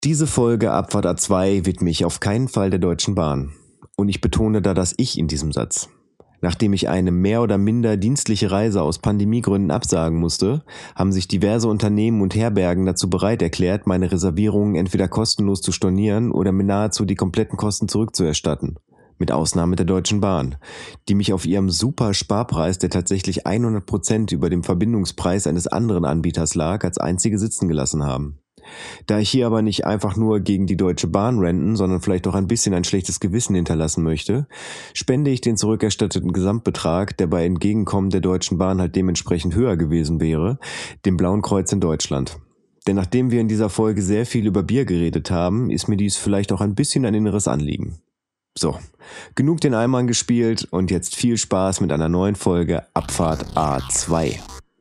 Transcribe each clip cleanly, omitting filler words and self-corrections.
Diese Folge Abfahrt A2 widme ich auf keinen Fall der Deutschen Bahn. Und ich betone da das Ich in diesem Satz. Nachdem ich eine mehr oder minder dienstliche Reise aus Pandemiegründen absagen musste, haben sich diverse Unternehmen und Herbergen dazu bereit erklärt, meine Reservierungen entweder kostenlos zu stornieren oder mir nahezu die kompletten Kosten zurückzuerstatten. Mit Ausnahme der Deutschen Bahn, die mich auf ihrem super Sparpreis, der tatsächlich 100% über dem Verbindungspreis eines anderen Anbieters lag, als einzige sitzen gelassen haben. Da ich hier aber nicht einfach nur gegen die Deutsche Bahn renten, sondern vielleicht auch ein bisschen ein schlechtes Gewissen hinterlassen möchte, spende ich den zurückerstatteten Gesamtbetrag, der bei Entgegenkommen der Deutschen Bahn halt dementsprechend höher gewesen wäre, dem Blauen Kreuz in Deutschland. Denn nachdem wir in dieser Folge sehr viel über Bier geredet haben, ist mir dies vielleicht auch ein bisschen ein inneres Anliegen. So, genug den Eimern gespielt und jetzt viel Spaß mit einer neuen Folge Abfahrt A2.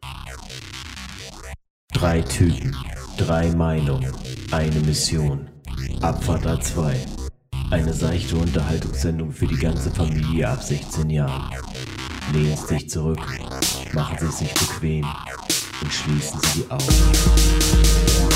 3 Typen, 3 Meinungen, eine Mission. Abfahrt A2. Eine seichte Unterhaltungssendung für die ganze Familie ab 16 Jahren. Lehnen Sie sich zurück, machen Sie es sich bequem und schließen Sie die Augen.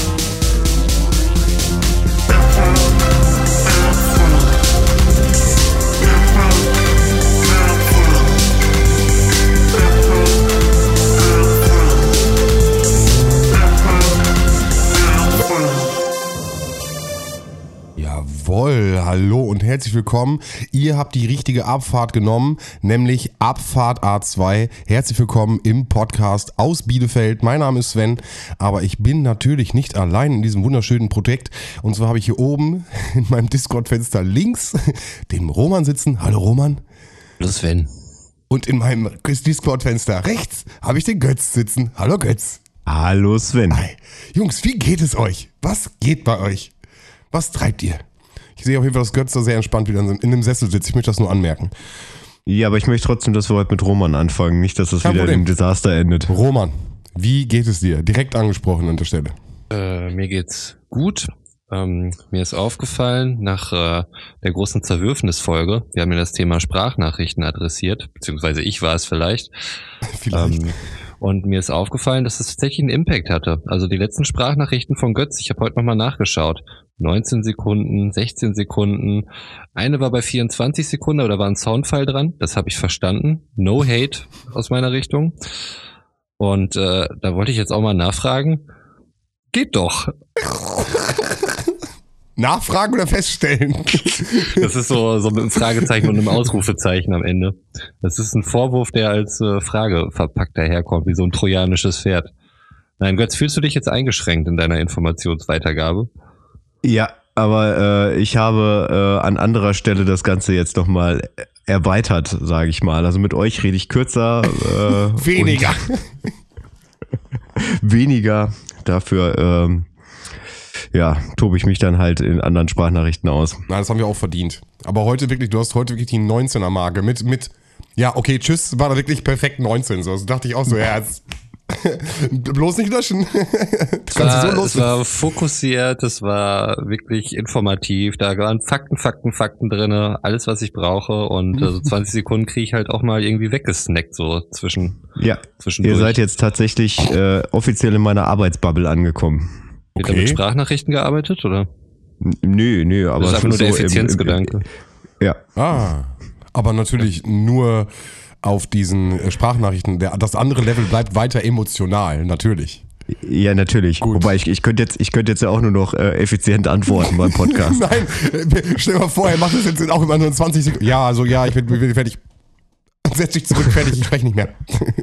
Jawohl, hallo und herzlich willkommen. Ihr habt die richtige Abfahrt genommen, nämlich Abfahrt A2. Herzlich willkommen im Podcast aus Bielefeld. Mein Name ist Sven, aber ich bin natürlich nicht allein in diesem wunderschönen Projekt. Und zwar habe ich hier oben in meinem Discord-Fenster links den Roman sitzen. Hallo Roman. Hallo Sven. Und in meinem Discord-Fenster rechts habe ich den Götz sitzen. Hallo Götz. Hallo Sven. Hi. Jungs, wie geht es euch? Was geht bei euch? Was treibt ihr? Ich sehe auf jeden Fall, dass Götz da sehr entspannt wieder in einem Sessel sitzt. Ich möchte das nur anmerken. Ja, aber ich möchte trotzdem, dass wir heute mit Roman anfangen. Nicht, dass das wieder im Desaster endet. Roman, wie geht es dir? Direkt angesprochen an der Stelle. Mir geht's gut. Mir ist aufgefallen, nach der großen Zerwürfnisfolge, wir haben ja das Thema Sprachnachrichten adressiert, beziehungsweise ich war es vielleicht. Und mir ist aufgefallen, dass es tatsächlich einen Impact hatte. Also die letzten Sprachnachrichten von Götz, ich habe heute nochmal nachgeschaut. 19 Sekunden, 16 Sekunden. Eine war bei 24 Sekunden, aber da war ein Soundfile dran. Das habe ich verstanden. No hate aus meiner Richtung. Und da wollte ich jetzt auch mal nachfragen. Geht doch. Nachfragen oder feststellen? Das ist so mit einem Fragezeichen und einem Ausrufezeichen am Ende. Das ist ein Vorwurf, der als Frage verpackt daherkommt, wie so ein trojanisches Pferd. Nein, Götz, fühlst du dich jetzt eingeschränkt in deiner Informationsweitergabe? Ja, aber ich habe an anderer Stelle das Ganze jetzt nochmal erweitert, sage ich mal. Also mit euch rede ich kürzer. Weniger. Weniger. Dafür tobe ich mich dann halt in anderen Sprachnachrichten aus. Nein, das haben wir auch verdient. Aber heute wirklich, du hast heute wirklich die 19er-Marke mit ja, okay, tschüss, war da wirklich perfekt 19. So, also dachte ich auch so, ja, jetzt bloß nicht löschen. Es war fokussiert, es war wirklich informativ, da waren Fakten drinne, alles was ich brauche und so 20 Sekunden kriege ich halt auch mal irgendwie weggesnackt so zwischendurch. Ihr seid jetzt tatsächlich offiziell in meiner Arbeitsbubble angekommen. Wird da mit Sprachnachrichten gearbeitet, oder? Nö, aber das ist einfach nur der Effizienzgedanke. Ja. Aber natürlich nur auf diesen Sprachnachrichten. Das andere Level bleibt weiter emotional, natürlich. Ja, natürlich. Gut. Wobei ich könnte jetzt ja auch nur noch effizient antworten beim Podcast. Nein, stell dir mal vor, er macht das jetzt auch immer nur 20 Sekunden. Ja, also ja, ich bin fertig. Setz dich zurück, fertig, ich spreche nicht mehr.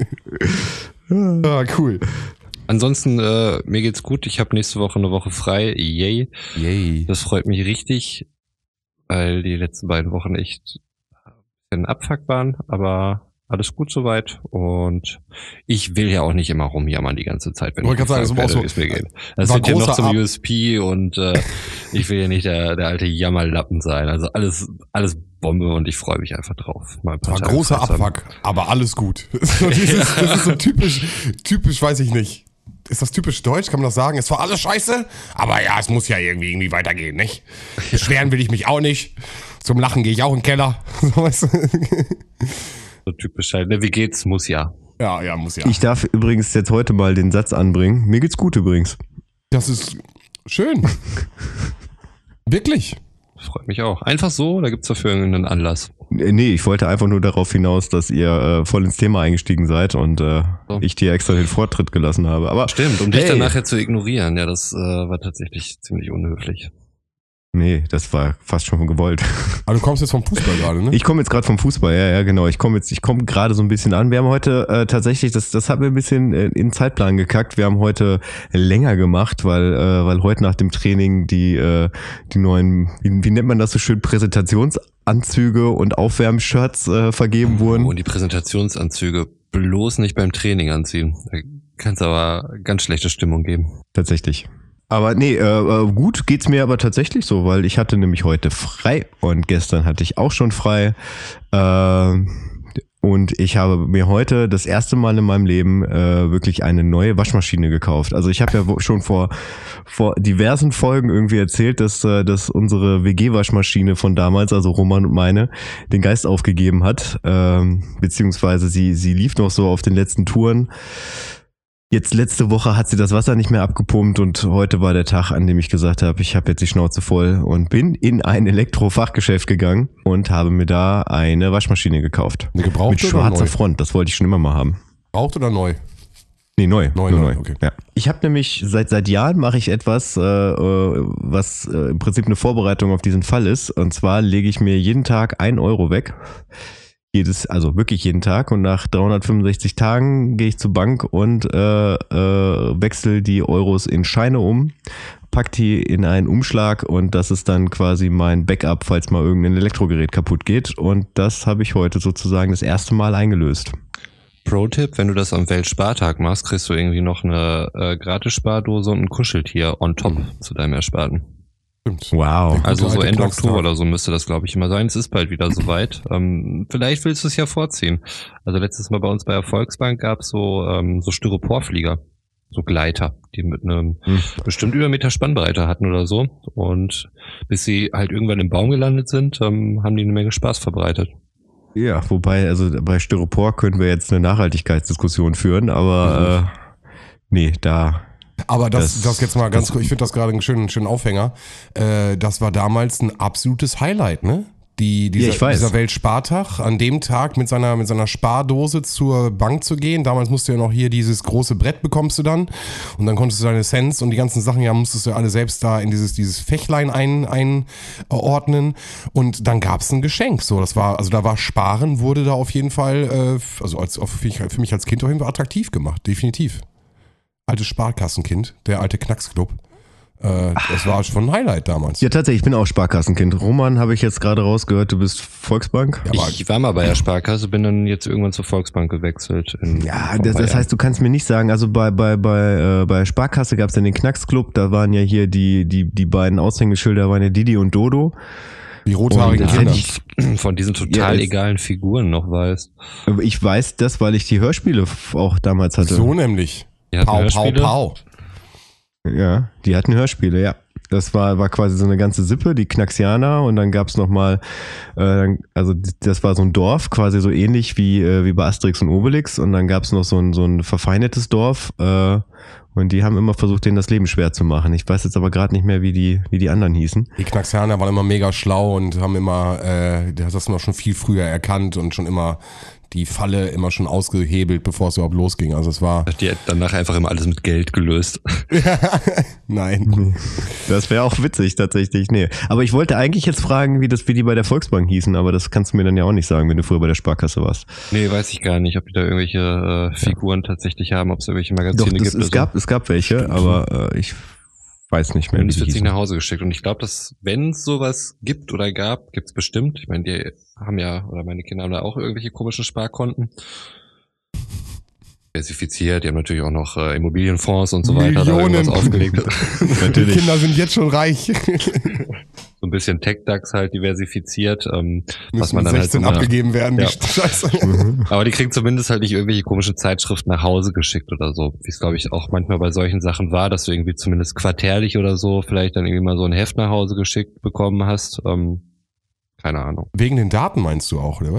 Cool. Ansonsten, mir geht's gut. Ich habe nächste Woche eine Woche frei. Yay. Das freut mich richtig, weil die letzten beiden Wochen echt ein Abfuck waren, aber alles gut soweit und ich will ja auch nicht immer rumjammern die ganze Zeit, wenn ich sagen, werde, ist mir geht. Das wird ja noch zum USP und ich will ja nicht der alte Jammerlappen sein. Also alles Bombe und ich freue mich einfach drauf. Mal ein paar Tage großer Abfuck, aber alles gut. Das ist so typisch, weiß ich nicht. Ist das typisch deutsch? Kann man das sagen? Es war alles scheiße, aber ja, es muss ja irgendwie weitergehen, nicht? Beschweren will ich mich auch nicht. Zum Lachen gehe ich auch in den Keller. So typisch halt. Wie geht's? Muss ja. Ja, muss ja. Ich darf übrigens jetzt heute mal den Satz anbringen. Mir geht's gut übrigens. Das ist Schön. Wirklich? Freut mich auch. Einfach so, oder gibt's dafür irgendeinen Anlass? Nee, ich wollte einfach nur darauf hinaus, dass ihr voll ins Thema eingestiegen seid und ich dir extra den Vortritt gelassen habe. Aber stimmt, um dich dann nachher zu ignorieren. Ja, das war tatsächlich ziemlich unhöflich. Nee, das war fast schon gewollt. Aber du kommst jetzt vom Fußball gerade, ne? Ich komme jetzt gerade vom Fußball, ja, genau. Ich komme gerade so ein bisschen an. Wir haben heute tatsächlich, das hat mir ein bisschen in den Zeitplan gekackt. Wir haben heute länger gemacht, weil heute nach dem Training die neuen, wie nennt man das so schön, Präsentationsanzüge und Aufwärmshirts vergeben wurden. Und die Präsentationsanzüge bloß nicht beim Training anziehen. Da kann es aber ganz schlechte Stimmung geben. Tatsächlich. Aber nee, gut geht's mir aber tatsächlich so, weil ich hatte nämlich heute frei und gestern hatte ich auch schon frei. Und ich habe mir heute das erste Mal in meinem Leben wirklich eine neue Waschmaschine gekauft. Also ich habe ja schon vor diversen Folgen irgendwie erzählt, dass unsere WG-Waschmaschine von damals, also Roman und meine, den Geist aufgegeben hat. Beziehungsweise sie lief noch so auf den letzten Touren. Jetzt letzte Woche hat sie das Wasser nicht mehr abgepumpt und heute war der Tag, an dem ich gesagt habe, ich habe jetzt die Schnauze voll und bin in ein Elektrofachgeschäft gegangen und habe mir da eine Waschmaschine gekauft. Eine gebrauchte mit schwarzer Front, das wollte ich schon immer mal haben. Gebraucht oder neu? Nee, neu. Neu. Okay. Ja. Ich habe nämlich, seit Jahren mache ich etwas, was im Prinzip eine Vorbereitung auf diesen Fall ist. Und zwar lege ich mir jeden Tag 1 Euro weg. Also wirklich jeden Tag, und nach 365 Tagen gehe ich zur Bank und wechsle die Euros in Scheine um, pack die in einen Umschlag und das ist dann quasi mein Backup, falls mal irgendein Elektrogerät kaputt geht, und das habe ich heute sozusagen das erste Mal eingelöst. Pro-Tipp, wenn du das am Weltspartag machst, kriegst du irgendwie noch eine Gratis-Spardose und ein Kuscheltier on top zu deinem Ersparten. Stimmt. Wow. Also so Ende Oktober oder so müsste das, glaube ich, immer sein. Es ist bald wieder soweit. Vielleicht willst du es ja vorziehen. Also letztes Mal bei uns bei der Volksbank gab es so Styroporflieger, so Gleiter, die mit einem bestimmt über Meter Spannbreite hatten oder so. Und bis sie halt irgendwann im Baum gelandet sind, haben die eine Menge Spaß verbreitet. Ja, wobei, also bei Styropor können wir jetzt eine Nachhaltigkeitsdiskussion führen, aber nee, da... Aber das jetzt mal ganz kurz, ich finde das gerade einen schönen Aufhänger. Das war damals ein absolutes Highlight, ne? Dieser Weltspartag, an dem Tag mit seiner Spardose zur Bank zu gehen. Damals musst du ja noch hier dieses große Brett bekommst du dann. Und dann konntest du deine Cents und die ganzen Sachen, ja, musstest du alle selbst da in dieses Fächlein einordnen. Und dann gab es ein Geschenk. So, da war Sparen, wurde da auf jeden Fall, für mich als Kind auf jeden Fall attraktiv gemacht. Definitiv. Altes Sparkassenkind, der alte Knacksclub. Das war schon ein Highlight damals. Ja, tatsächlich, ich bin auch Sparkassenkind. Roman, habe ich jetzt gerade rausgehört, du bist Volksbank? Ja, ich war mal bei der Sparkasse, bin dann jetzt irgendwann zur Volksbank gewechselt. Ja, das heißt, du kannst mir nicht sagen, also bei Sparkasse gab es dann den Knacksclub, da waren ja hier die beiden Aushängeschilder, waren ja Didi und Dodo. Die rothaarigen Kinder. Von diesen total egalen Figuren noch weißt. Ich weiß das, weil ich die Hörspiele auch damals hatte. So nämlich. Pau. Ja, die hatten Hörspiele, ja. Das war quasi so eine ganze Sippe, die Knaxianer, und dann gab's nochmal, also das war so ein Dorf, quasi so ähnlich wie bei Asterix und Obelix, und dann gab's noch so ein verfeinertes Dorf, und die haben immer versucht, denen das Leben schwer zu machen. Ich weiß jetzt aber gerade nicht mehr, wie die anderen hießen. Die Knaxianer waren immer mega schlau und haben immer, das hast du schon viel früher erkannt und schon immer die Falle immer schon ausgehebelt, bevor es überhaupt losging. Also es war... Die hat danach einfach immer alles mit Geld gelöst. Nein. Das wäre auch witzig, tatsächlich. Nee. Aber ich wollte eigentlich jetzt fragen, wie die bei der Volksbank hießen, aber das kannst du mir dann ja auch nicht sagen, wenn du früher bei der Sparkasse warst. Nee, weiß ich gar nicht, ob die da irgendwelche Figuren tatsächlich haben, ob es irgendwelche Magazine gibt. Es gab welche, stimmt, aber ich weiß nicht mehr. Und es wird sich nach Hause geschickt. Und ich glaube, dass, wenn es sowas gibt oder gab, gibt's bestimmt. Ich meine, die haben ja, oder meine Kinder haben da auch irgendwelche komischen Sparkonten. Versifiziert, die haben natürlich auch noch Immobilienfonds und so weiter. Millionen. Da irgendwas aufgelegt. Natürlich. Die Kinder sind jetzt schon reich. So ein bisschen Tech-DAX halt diversifiziert. Was man dann 16 halt abgegeben werden, ja. Die Scheiße. Aber die kriegen zumindest halt nicht irgendwelche komischen Zeitschriften nach Hause geschickt oder so. Wie es, glaube ich, auch manchmal bei solchen Sachen war, dass du irgendwie zumindest quartärlich oder so vielleicht dann irgendwie mal so ein Heft nach Hause geschickt bekommen hast. Keine Ahnung. Wegen den Daten meinst du auch, oder was?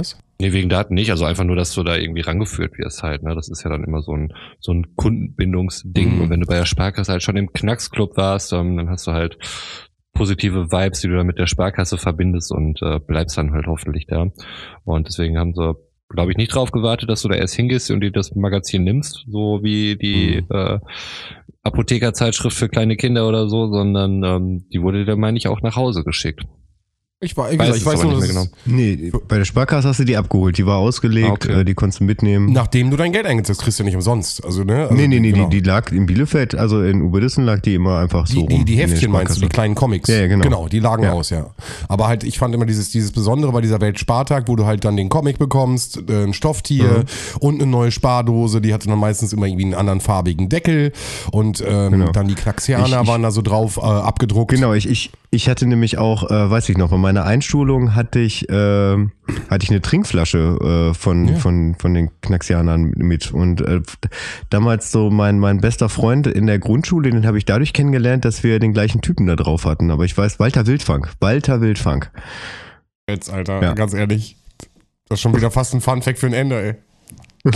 Nee, wegen Daten nicht. Also einfach nur, dass du da irgendwie rangeführt wirst halt. Ne? Das ist ja dann immer so ein Kundenbindungsding. Und wenn du bei der Sparkasse halt schon im Knacksclub warst, dann hast du halt positive Vibes, die du dann mit der Sparkasse verbindest und bleibst dann halt hoffentlich da. Und deswegen haben sie, glaube ich, nicht drauf gewartet, dass du da erst hingehst und dir das Magazin nimmst, so wie die Apothekerzeitschrift für kleine Kinder oder so, sondern die wurde dir, meine ich, auch nach Hause geschickt. Ich weiß nur, genau. Nee, bei der Sparkasse hast du die abgeholt. Die war ausgelegt, die konntest du mitnehmen. Nachdem du dein Geld eingesetzt hast, kriegst du ja nicht umsonst. Also, ne? Also, nee, genau. die lag in Bielefeld, also in Oberdissen lag die immer einfach so rum. Die Heftchen meinst du, die kleinen Comics? Ja, genau. Genau, die lagen aus, ja. Aber halt, ich fand immer dieses Besondere bei dieser Weltspartag, wo du halt dann den Comic bekommst, ein Stofftier und eine neue Spardose, die hatte dann meistens immer irgendwie einen anderen farbigen Deckel und dann die Knaxianer waren da so drauf abgedruckt. Genau, ich hatte nämlich auch, weiß ich noch, bei meiner Einschulung hatte ich eine Trinkflasche von den Knaxianern mit. Und damals so mein bester Freund in der Grundschule, den habe ich dadurch kennengelernt, dass wir den gleichen Typen da drauf hatten. Aber ich weiß, Walter Wildfang. Jetzt, Alter, ganz ehrlich, das ist schon wieder fast ein Funfact für ein Ende, ey.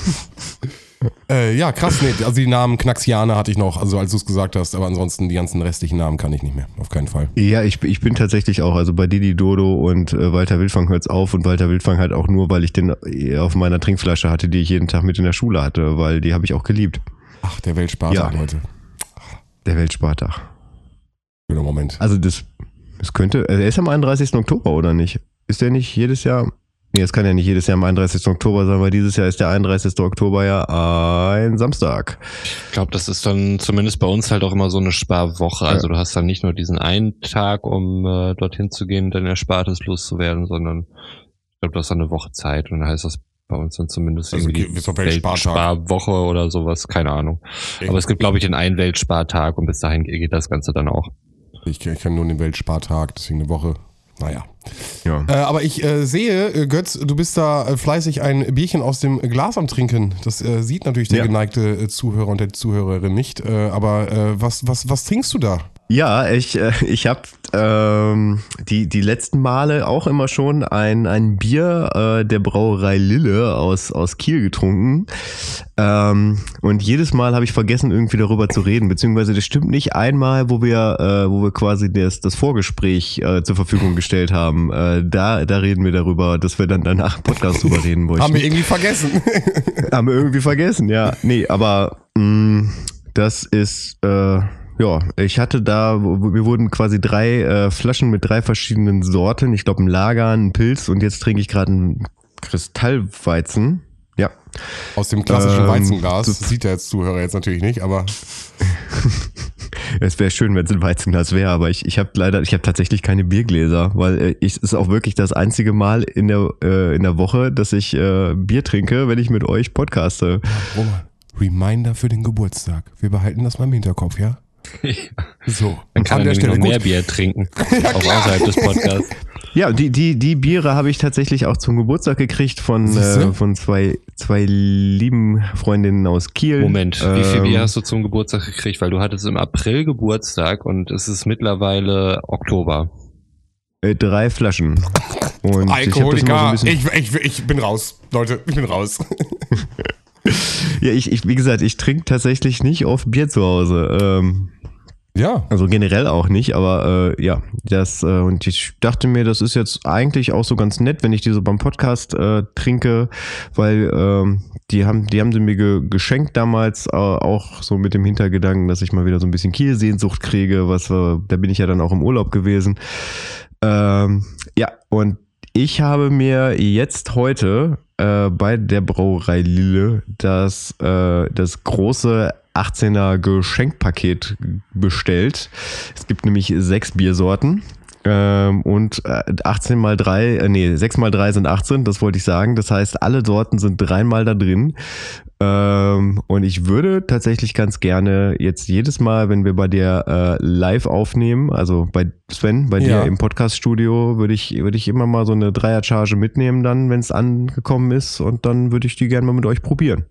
Ja, krass, nee, also die Namen Knaxianer hatte ich noch, also als du es gesagt hast, aber ansonsten die ganzen restlichen Namen kann ich nicht mehr, auf keinen Fall. Ja, ich bin tatsächlich auch, also bei Didi Dodo und Walter Wildfang hört's auf und Walter Wildfang halt auch nur, weil ich den auf meiner Trinkflasche hatte, die ich jeden Tag mit in der Schule hatte, weil die habe ich auch geliebt. Ach, der Weltspartag, Leute. Der Weltspartag. Schöner Moment. Also das könnte, er ist am 31. Oktober, oder nicht? Ist der nicht jedes Jahr... Nee, es kann ja nicht jedes Jahr am 31. Oktober sein, weil dieses Jahr ist der 31. Oktober ja ein Samstag. Ich glaube, das ist dann zumindest bei uns halt auch immer so eine Sparwoche. Also du hast dann nicht nur diesen einen Tag, um dorthin zu gehen und dein Erspartes loszuwerden, sondern ich glaube, du hast dann eine Woche Zeit und dann heißt das bei uns dann zumindest also irgendwie Weltsparwoche oder sowas, keine Ahnung. Okay. Aber es gibt, glaube ich, den einen Weltspartag und bis dahin geht das Ganze dann auch. Ich kenne nur den Weltspartag, deswegen eine Woche. Naja. Ja. Aber ich sehe, Götz, du bist da fleißig ein Bierchen aus dem Glas am Trinken. Das sieht natürlich der geneigte Zuhörer und der Zuhörerin nicht. Aber was trinkst du da? Ja, ich habe die letzten Male auch immer schon ein Bier der Brauerei Lille aus Kiel getrunken. Und jedes Mal habe ich vergessen, irgendwie darüber zu reden. Beziehungsweise das stimmt nicht einmal, wo wir quasi das Vorgespräch zur Verfügung gestellt haben. Da reden wir darüber, dass wir dann danach im Podcast drüber reden wollten. Haben wir irgendwie vergessen. Haben wir irgendwie vergessen, ja. Nee, aber das ist... Ja, ich hatte da, wir wurden quasi 3 Flaschen mit 3 verschiedenen Sorten. Ich glaube ein Lager, ein Pilz und jetzt trinke ich gerade einen Kristallweizen. Ja. Aus dem klassischen Weizenglas. Das sieht der Zuhörer jetzt natürlich nicht, aber... Es wäre schön, wenn es ein Weizenglas wäre, aber ich habe tatsächlich keine Biergläser, weil es ist auch wirklich das einzige Mal in der Woche, dass ich Bier trinke, wenn ich mit euch podcaste. Roman, Reminder für den Geburtstag. Wir behalten das mal im Hinterkopf, ja? Ja. So. Man kann nämlich noch mehr Bier trinken, ja, auch außerhalb des Podcasts. Ja, die Biere habe ich tatsächlich auch zum Geburtstag gekriegt von zwei lieben Freundinnen aus Kiel. Moment, wie viel Bier hast du zum Geburtstag gekriegt? Weil du hattest im April Geburtstag und es ist mittlerweile Oktober. 3 Flaschen. Und Alkoholiker, ich bin raus, Leute, ich bin raus. Ja, wie gesagt, ich trinke tatsächlich nicht oft Bier zu Hause. Ja. Also generell auch nicht, aber ja, und ich dachte mir, das ist jetzt eigentlich auch so ganz nett, wenn ich die so beim Podcast trinke, weil die haben sie mir geschenkt damals, auch so mit dem Hintergedanken, dass ich mal wieder so ein bisschen Kiel-Sehnsucht kriege, da bin ich ja dann auch im Urlaub gewesen. Ja, und ich habe mir jetzt heute bei der Brauerei Lille das große 18er Geschenkpaket bestellt. Es gibt nämlich 6 Biersorten und 6 mal 3 sind 18, das wollte ich sagen. Das heißt, alle Sorten sind 3-mal da drin. Und ich würde tatsächlich ganz gerne jetzt jedes Mal, wenn wir bei dir live aufnehmen, also bei Sven, bei dir im Podcaststudio, würde ich immer mal so eine 3er-Charge mitnehmen dann, wenn es angekommen ist, und dann würde ich die gerne mal mit euch probieren.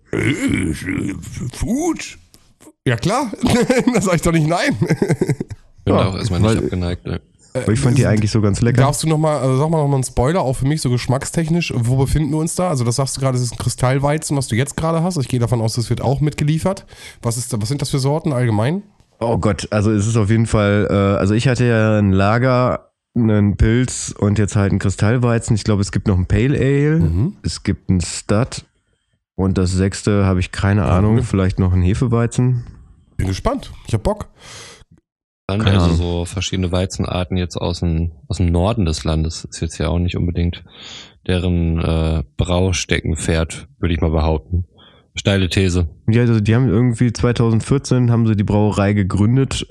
Gut. Ja klar, da sag ich doch nicht nein. Ich bin auch erstmal nicht abgeneigt. Ne? Aber ich fand die eigentlich so ganz lecker. Darfst du nochmal, also sag mal nochmal einen Spoiler, auch für mich so geschmackstechnisch, wo befinden wir uns da? Also das sagst du gerade, das ist ein Kristallweizen, was du jetzt gerade hast. Ich gehe davon aus, das wird auch mitgeliefert. Was sind das für Sorten allgemein? Oh Gott, also es ist auf jeden Fall, also ich hatte ja ein Lager, einen Pilz und jetzt halt einen Kristallweizen. Ich glaube, es gibt noch ein Pale Ale, es gibt einen Stud und das 6. habe ich keine Ahnung, vielleicht noch ein Hefeweizen. Bin gespannt, ich hab Bock. Also so verschiedene Weizenarten jetzt aus dem Norden des Landes ist jetzt ja auch nicht unbedingt deren Brausteckenpferd, würde ich mal behaupten. Steile These. Ja, also die haben irgendwie 2014 haben sie die Brauerei gegründet.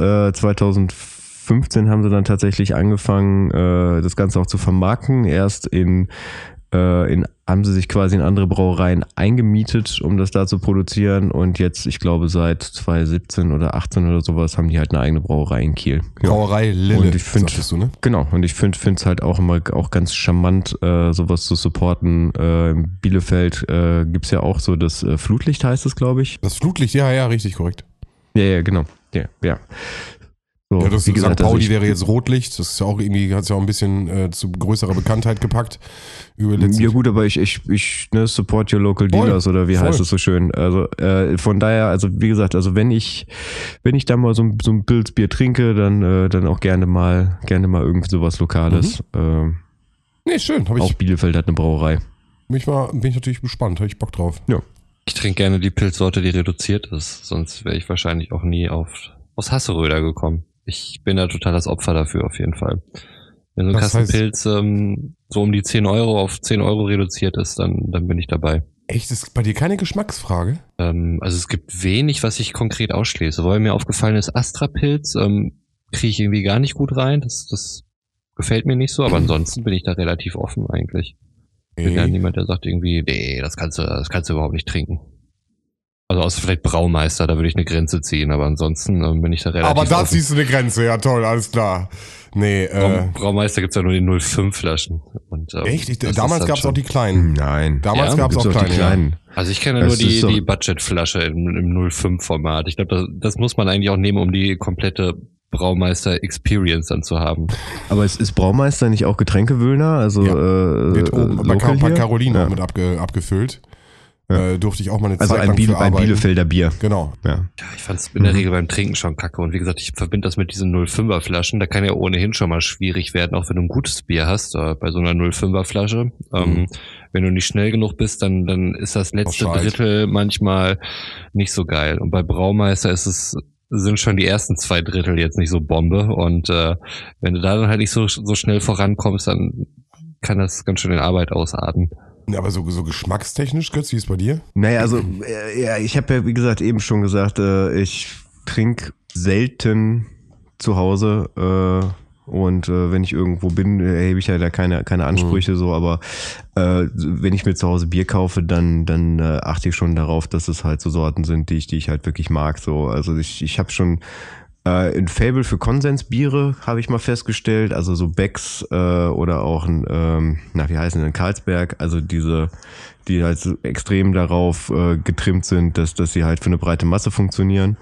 2015 haben sie dann tatsächlich angefangen, das Ganze auch zu vermarkten. Erst haben sie sich quasi in andere Brauereien eingemietet, um das da zu produzieren. Und jetzt, ich glaube, seit 2017 oder 18 oder sowas, haben die halt eine eigene Brauerei in Kiel. Brauerei Lille, und ich sagtest du, ne? Genau. Und ich finde es halt auch immer auch ganz charmant, sowas zu supporten. In Bielefeld gibt's ja auch so das Flutlicht, heißt es, glaube ich. Das Flutlicht, ja, richtig, korrekt. Ja, genau. Ja. So, ja, das wie gesagt, St. Pauli wäre jetzt Rotlicht, das ist ja auch irgendwie, hat es ja auch ein bisschen zu größerer Bekanntheit gepackt. Ja gut, aber ich support your local dealers oder wie heißt es so schön. Also von daher, also wie gesagt, also wenn ich da mal so ein Pilzbier trinke, dann auch gerne mal irgendwie sowas Lokales. Nee, schön. Auch Bielefeld hat eine Brauerei. Bin ich natürlich gespannt, habe ich Bock drauf. Ja. Ich trinke gerne die Pilzsorte, die reduziert ist, sonst wäre ich wahrscheinlich auch nie aus Hasseröder gekommen. Ich bin da total das Opfer dafür, auf jeden Fall. Wenn so ein Kassenpilz so um die 10 Euro auf 10 Euro reduziert ist, dann bin ich dabei. Echt? Das ist bei dir keine Geschmacksfrage? Also es gibt wenig, was ich konkret ausschließe. Weil mir aufgefallen ist, Astra-Pilz kriege ich irgendwie gar nicht gut rein. Das gefällt mir nicht so, aber ansonsten bin ich da relativ offen eigentlich. Ich bin ja niemand, der sagt irgendwie, nee, das kannst du überhaupt nicht trinken. Also außer vielleicht Braumeister, da würde ich eine Grenze ziehen, aber ansonsten bin ich da relativ Aber da offen. ziehst du eine Grenze, ja toll, alles klar. Nee, Braumeister gibt's ja nur die 0,5 Flaschen. Und, echt? Damals gab's auch die kleinen. Nein. Damals gab's auch die kleinen. Also ich kenne nur die Budgetflasche im 0,5-Format. Ich glaube, das muss man eigentlich auch nehmen, um die komplette Braumeister-Experience dann zu haben. Aber ist Braumeister nicht auch Getränkewöhner? Also wird oben bei Carolina ja. mit abgefüllt. Ja. Durfte ich auch mal eine Zeit lang für arbeiten. Ein Bielefelder Bier. Genau. Ja, ich fand es in der Regel beim Trinken schon kacke. Und wie gesagt, ich verbinde das mit diesen 0,5er Flaschen. Da kann ja ohnehin schon mal schwierig werden, auch wenn du ein gutes Bier hast, bei so einer 0,5er Flasche. Wenn du nicht schnell genug bist, dann ist das letzte Drittel manchmal nicht so geil. Und bei Braumeister sind schon die ersten 2 Drittel jetzt nicht so Bombe. Und wenn du da dann halt nicht so schnell vorankommst, dann kann das ganz schön in Arbeit ausarten. Ja, aber so geschmackstechnisch, Götz, wie ist es bei dir? Naja, also ich habe ja, wie gesagt, eben schon gesagt, ich trinke selten zu Hause und wenn ich irgendwo bin, erhebe ich ja da keine Ansprüche so, aber wenn ich mir zu Hause Bier kaufe, dann achte ich schon darauf, dass es halt so Sorten sind, die ich halt wirklich mag. So, also ich habe schon ein Faible für Konsensbiere, habe ich mal festgestellt, also so Becks oder auch ein Carlsberg, also die halt so extrem darauf getrimmt sind, dass sie halt für eine breite Masse funktionieren.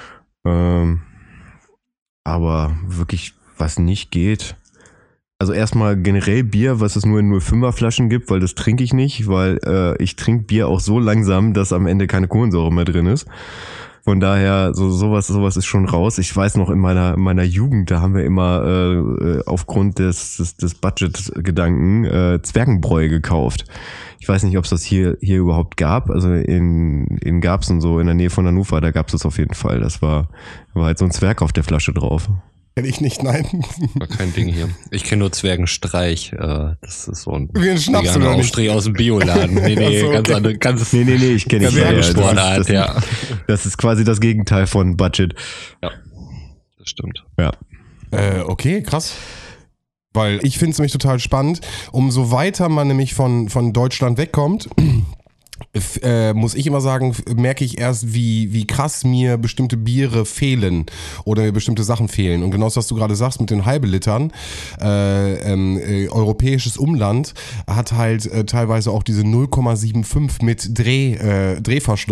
Aber wirklich, was nicht geht, also erstmal generell Bier, was es nur in 0,5er Flaschen gibt, weil das trinke ich nicht, weil ich trinke Bier auch so langsam, dass am Ende keine Kohlensäure mehr drin ist. Von daher, sowas ist schon raus. Ich weiß noch, in meiner Jugend, da haben wir immer aufgrund des Budget-Gedanken Zwergenbräu gekauft. Ich weiß nicht, ob es das hier überhaupt gab. Also in Garbsen, so in der Nähe von Hannover, da gab es das auf jeden Fall. Das war halt so ein Zwerg auf der Flasche drauf. Kenn ich nicht, nein. War kein Ding hier. Ich kenne nur Zwergenstreich. Das ist so ein Schnaps oder Aufstrich aus dem Bioladen. Nee, so, ganz okay. andere, ganz Nee, ich kenne nicht. Zwergensportart, ja. Das ist quasi das Gegenteil von Budget. Ja, das stimmt. Ja. Okay, krass. Weil ich finde es nämlich total spannend. Umso weiter man nämlich von Deutschland wegkommt, muss ich immer sagen, merke ich erst, wie krass mir bestimmte Biere fehlen oder mir bestimmte Sachen fehlen. Und genau das, was du gerade sagst mit den halben Litern, europäisches Umland hat halt teilweise auch diese 0,75 mit Drehverschluss.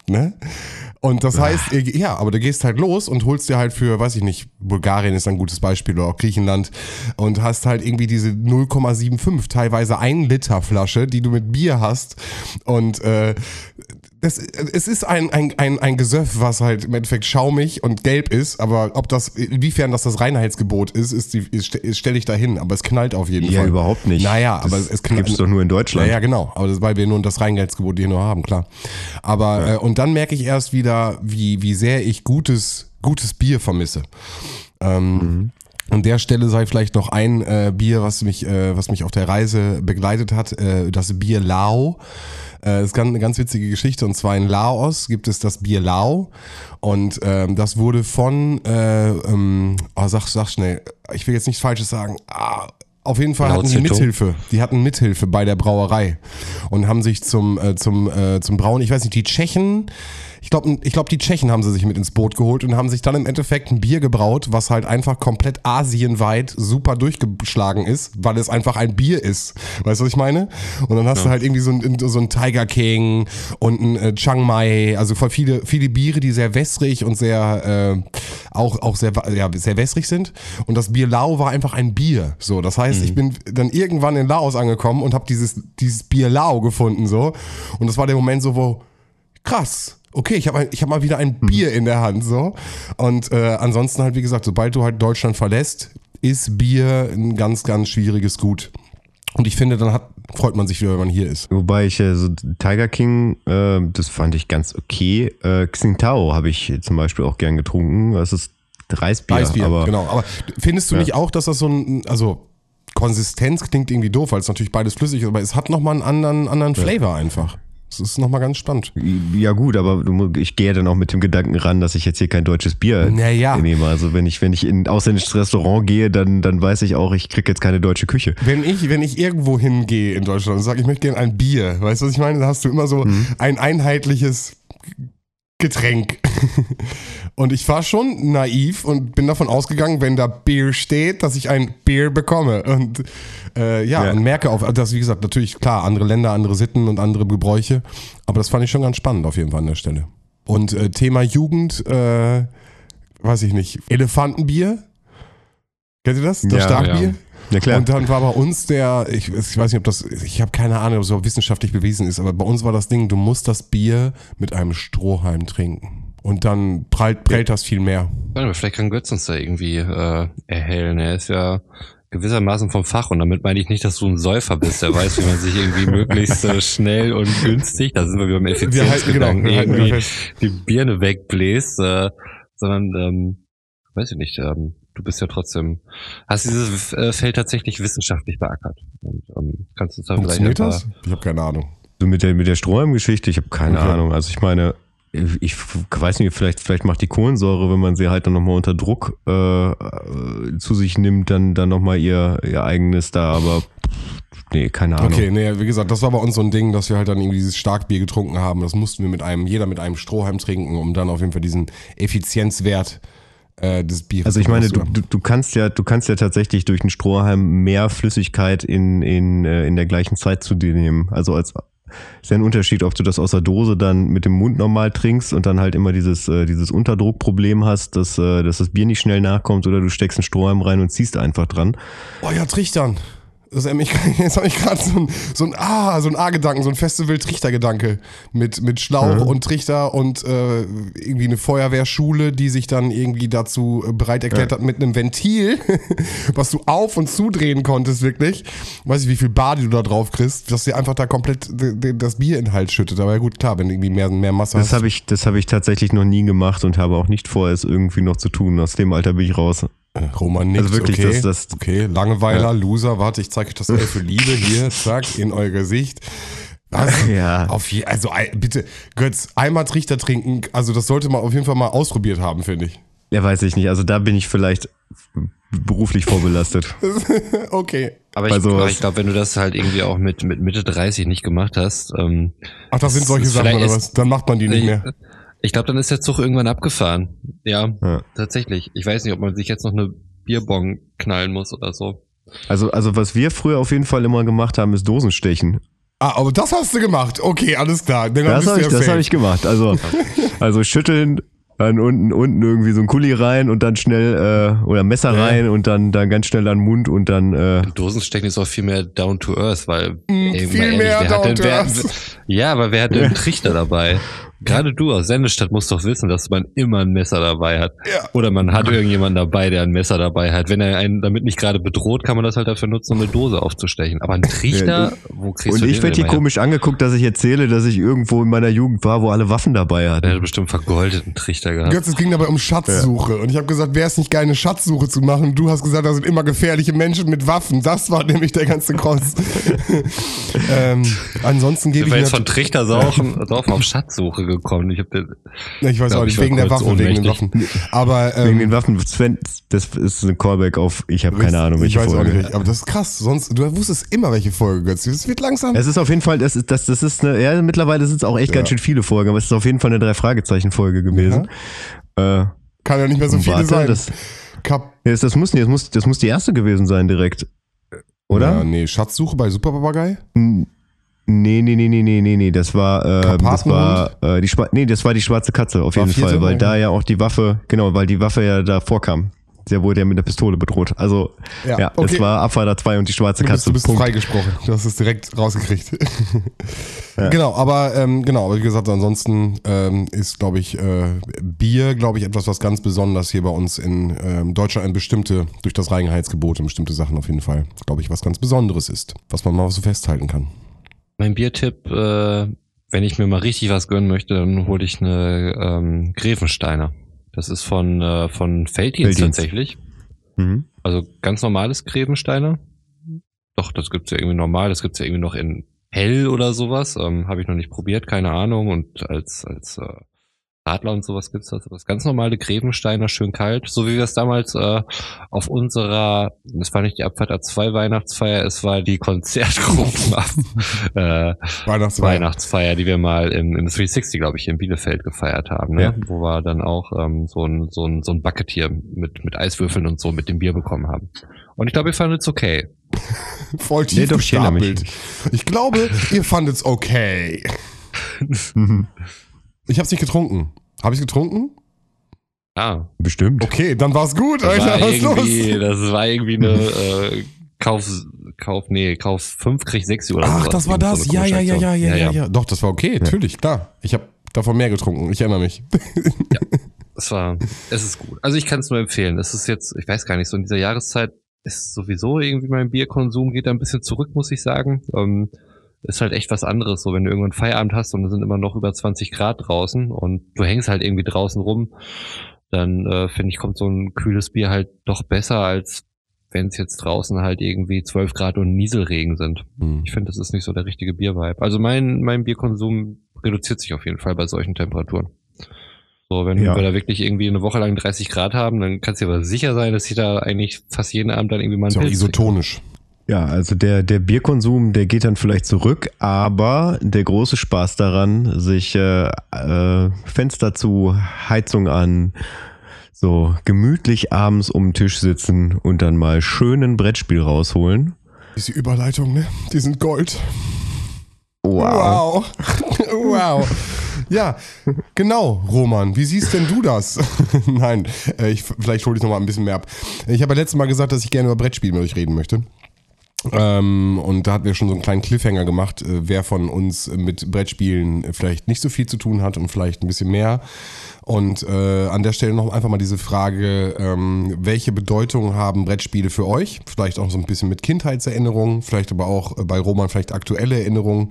ne? Und das heißt, ja, aber du gehst halt los und holst dir halt für, weiß ich nicht, Bulgarien ist ein gutes Beispiel oder auch Griechenland und hast halt irgendwie diese 0,75, teilweise 1 Liter Flasche, die du mit Bier hast und es ist ein Gesöff, was halt im Endeffekt schaumig und gelb ist, aber inwiefern das Reinheitsgebot ist stelle ich dahin, aber es knallt auf jeden Fall. Ja, überhaupt nicht. Naja, aber es knallt. Gibt's doch nur in Deutschland. Ja, genau, aber das, weil wir nur das Reinheitsgebot hier nur haben, klar. Aber, und dann merke ich erst wieder, wie sehr ich gutes Bier vermisse. An der Stelle sei vielleicht noch ein Bier, was mich auf der Reise begleitet hat, das Bier Lao. Das ist eine ganz witzige Geschichte, und zwar in Laos gibt es das Bier Lao und das wurde von, sag schnell, ich will jetzt nichts Falsches sagen, auf jeden Fall hatten die hatten Mithilfe bei der Brauerei und haben sich zum Brauen, ich weiß nicht, die Tschechen, ich glaube, die Tschechen haben sie sich mit ins Boot geholt und haben sich dann im Endeffekt ein Bier gebraut, was halt einfach komplett asienweit super durchgeschlagen ist, weil es einfach ein Bier ist. Weißt du, was ich meine? Und dann hast du halt irgendwie so ein Tiger King und ein Chiang Mai, also voll viele Biere, die sehr wässrig und sehr auch sehr wässrig sind. Und das Bier Lao war einfach ein Bier. So, das heißt, ich bin dann irgendwann in Laos angekommen und habe dieses Bier Lao gefunden so. Und das war der Moment so, wo krass. Okay, ich hab mal wieder ein Bier in der Hand, so. Und ansonsten halt, wie gesagt, sobald du halt Deutschland verlässt, ist Bier ein ganz, ganz schwieriges Gut. Und ich finde, dann freut man sich wieder, wenn man hier ist. Wobei ich so Tiger King, das fand ich ganz okay. Tsingtao habe ich zum Beispiel auch gern getrunken. Das ist Reisbier. Aber genau. Aber findest du nicht auch, dass das Konsistenz klingt irgendwie doof, weil es natürlich beides flüssig ist, aber es hat nochmal einen anderen Flavor einfach. Das ist nochmal ganz spannend. Ja gut, aber ich gehe dann auch mit dem Gedanken ran, dass ich jetzt hier kein deutsches Bier nehme. Also wenn ich in ein ausländisches Restaurant gehe, dann weiß ich auch, ich kriege jetzt keine deutsche Küche. Wenn ich irgendwo hingehe in Deutschland und sage, ich möchte gerne ein Bier, weißt du, was ich meine? Da hast du immer so ein einheitliches Getränk. Und ich war schon naiv und bin davon ausgegangen, wenn da Bier steht, dass ich ein Bier bekomme. Und und merke auch, dass, wie gesagt, natürlich, klar, andere Länder, andere Sitten und andere Gebräuche. Aber das fand ich schon ganz spannend auf jeden Fall an der Stelle. Und Thema Jugend, weiß ich nicht, Elefantenbier. Kennt ihr das? Das Starkbier? Ja, klar. Und dann war bei uns ich weiß nicht, ich habe keine Ahnung, ob es so wissenschaftlich bewiesen ist, aber bei uns war das Ding, du musst das Bier mit einem Strohhalm trinken. Und dann prellt das viel mehr. Aber vielleicht kann Götz uns da irgendwie erhellen. Er ist ja gewissermaßen vom Fach, und damit meine ich nicht, dass du ein Säufer bist, der weiß, wie man sich irgendwie möglichst schnell und günstig, da sind wir wieder beim Effizienzgedanken, irgendwie die Birne wegbläst, sondern, weiß ich nicht, du bist ja trotzdem, hast dieses Feld tatsächlich wissenschaftlich beackert. Und kannst du da vielleicht das? Ich habe keine Ahnung. So mit der Strohhalm-Geschichte, ich habe keine Ahnung. Also ich meine, ich weiß nicht, vielleicht macht die Kohlensäure, wenn man sie halt dann nochmal unter Druck zu sich nimmt, dann nochmal ihr eigenes da, aber nee, keine Ahnung. Okay, nee, wie gesagt, das war bei uns so ein Ding, dass wir halt dann irgendwie dieses Starkbier getrunken haben. Das mussten wir jeder mit einem Strohhalm trinken, um dann auf jeden Fall diesen Effizienzwert des Bieres. Also ich meine, du kannst ja tatsächlich durch einen Strohhalm mehr Flüssigkeit in der gleichen Zeit zu dir nehmen. Also ist ja ein Unterschied, ob du das aus der Dose dann mit dem Mund normal trinkst und dann halt immer dieses Unterdruckproblem hast, dass das Bier nicht schnell nachkommt, oder du steckst einen Strohhalm rein und ziehst einfach dran. Oh ja, Trichtern. Jetzt habe ich gerade so ein A-Gedanken, so ein Festival-Trichter-Gedanke mit Schlauch und Trichter und irgendwie eine Feuerwehrschule, die sich dann irgendwie dazu bereit erklärt hat mit einem Ventil, was du auf- und zudrehen konntest, wirklich. Weiß ich, wie viel Bade du da drauf kriegst, dass dir einfach da komplett das Bierinhalt schüttet. Aber ja gut, klar, wenn du irgendwie mehr Masse hast. Das habe ich tatsächlich noch nie gemacht und habe auch nicht vor, es irgendwie noch zu tun. Aus dem Alter bin ich raus. Roman nickt, also wirklich, okay. Okay, Langeweiler, Loser, warte, ich zeige euch das L für Liebe hier, zack, in euer Gesicht. Was? Ja. Also bitte, Götz, einmal Trichter trinken, also das sollte man auf jeden Fall mal ausprobiert haben, finde ich. Ja, weiß ich nicht, also da bin ich vielleicht beruflich vorbelastet. Okay. Aber ich glaube, wenn du das halt irgendwie auch mit Mitte 30 nicht gemacht hast. Ach, das sind solche Sachen oder was? Dann macht man die nicht mehr. Ich glaube, dann ist der Zug irgendwann abgefahren. Ja, tatsächlich. Ich weiß nicht, ob man sich jetzt noch eine Bierbong knallen muss oder so. Also was wir früher auf jeden Fall immer gemacht haben, ist Dosenstechen. Aber das hast du gemacht. Okay, alles klar. Das habe ich gemacht. Also schütteln, dann unten irgendwie so ein Kuli rein und dann schnell oder Messer rein und dann ganz schnell an den Mund und dann Dosenstecken ist auch viel mehr down to earth, weil viel mehr down to earth. Ja, aber wer hat denn einen Trichter dabei? Gerade du aus Sendestadt musst doch wissen, dass man immer ein Messer dabei hat. Ja. Oder man hat irgendjemanden dabei, der ein Messer dabei hat. Wenn er einen damit nicht gerade bedroht, kann man das halt dafür nutzen, um eine Dose aufzustechen. Aber ein Trichter, wo kriegst du den? Und ich werde hier komisch angeguckt, dass ich erzähle, dass ich irgendwo in meiner Jugend war, wo alle Waffen dabei hatten. Der hat bestimmt vergoldeten Trichter gehabt. Götz, es ging dabei um Schatzsuche. Ja. Und ich habe gesagt, wäre es nicht geil, eine Schatzsuche zu machen? Du hast gesagt, da sind immer gefährliche Menschen mit Waffen. Das war nämlich der ganze Cross. Ansonsten gebe ich jetzt von Trichtersaufen auf Schatzsuche gekommen. Ich weiß auch nicht, wegen der Waffen, wegen den Waffen. Aber, wegen den Waffen, Sven, das ist ein Callback auf, ich habe keine Ahnung, welche Folge. Ich weiß auch nicht, aber das ist krass. Sonst, du wusstest immer, welche Folge, Götz. Das wird langsam. Es ist auf jeden Fall, mittlerweile sind es auch echt ganz schön viele Folgen, aber es ist auf jeden Fall eine 3-Fragezeichen-Folge gewesen. Ja. Kann ja nicht mehr so viele sein. Das muss die erste gewesen sein direkt. Oder? Ja, nee, Schatzsuche bei Super Papagei? Nee, das war die schwarze Katze auf jeden Fall, weil da ja auch die Waffe, weil die Waffe ja da vorkam. Der wurde ja mit der Pistole bedroht. Also, okay. Das war Abfahrer 2 und die schwarze Katze. Du bist freigesprochen. Du hast es direkt rausgekriegt. Ja. Genau, aber wie gesagt, ansonsten ist, glaube ich, Bier, etwas, was ganz besonders hier bei uns in Deutschland durch das Reinheitsgebot und bestimmte Sachen auf jeden Fall, glaube ich, was ganz Besonderes ist, was man mal so festhalten kann. Mein Biertipp, wenn ich mir mal richtig was gönnen möchte, dann hole ich eine Grevensteiner. Das ist von Felddienst tatsächlich. Mhm. Also ganz normales Grevensteiner. Doch, das gibt's ja irgendwie normal. Das gibt's ja irgendwie noch in hell oder sowas. Habe ich noch nicht probiert, keine Ahnung. Und als Radler und sowas gibt's das. Das ganz normale Grevensteiner, schön kalt. So wie wir es damals auf unserer, das war nicht die Abfahrt A2 Weihnachtsfeier, es war die Konzertgruppen Weihnachtsfeier, die wir mal im 360, glaube ich, in Bielefeld gefeiert haben, ne? Ja. Wo wir dann auch so ein Bucket hier mit Eiswürfeln und so mit dem Bier bekommen haben. Und ich glaube, ihr fandet es okay. Voll tief gestapelt. Ich glaube, ihr fandet es okay. Ich hab's nicht getrunken. Hab ich's getrunken? Ja. Bestimmt. Okay, dann war's gut, Alter. Was los? Das war irgendwie eine Kauf 5, krieg 6 oder so. Ach, das war das? Ja. Doch, das war okay, natürlich, klar. Ich habe davon mehr getrunken, ich erinnere mich. Ja, es ist gut. Also ich kann es nur empfehlen. Es ist jetzt, ich weiß gar nicht, so in dieser Jahreszeit ist sowieso irgendwie mein Bierkonsum geht da ein bisschen zurück, muss ich sagen. Ist halt echt was anderes, so wenn du irgendwann Feierabend hast und es sind immer noch über 20 Grad draußen und du hängst halt irgendwie draußen rum, dann finde ich, kommt so ein kühles Bier halt doch besser, als wenn es jetzt draußen halt irgendwie 12 Grad und Nieselregen sind. Ich finde, das ist nicht so der richtige Biervibe. Also mein Bierkonsum reduziert sich auf jeden Fall bei solchen Temperaturen. So, wenn wir da wirklich irgendwie eine Woche lang 30 Grad haben, dann kannst du dir aber sicher sein, dass ich da eigentlich fast jeden Abend dann irgendwie mal einen Pilz isotonisch. Ja, also der Bierkonsum, der geht dann vielleicht zurück, aber der große Spaß daran, sich Fenster zu, Heizung an, so gemütlich abends um den Tisch sitzen und dann mal schönen Brettspiel rausholen. Diese Überleitung, ne? Die sind Gold. Wow. Wow. Ja, genau, Roman. Wie siehst denn du das? Nein, vielleicht hole ich noch mal ein bisschen mehr ab. Ich habe ja letztes Mal gesagt, dass ich gerne über Brettspiele mit euch reden möchte. Und da hatten wir schon so einen kleinen Cliffhanger gemacht, wer von uns mit Brettspielen vielleicht nicht so viel zu tun hat und vielleicht ein bisschen mehr. Und an der Stelle noch einfach mal diese Frage, welche Bedeutung haben Brettspiele für euch? Vielleicht auch so ein bisschen mit Kindheitserinnerungen, vielleicht aber auch bei Roman vielleicht aktuelle Erinnerungen.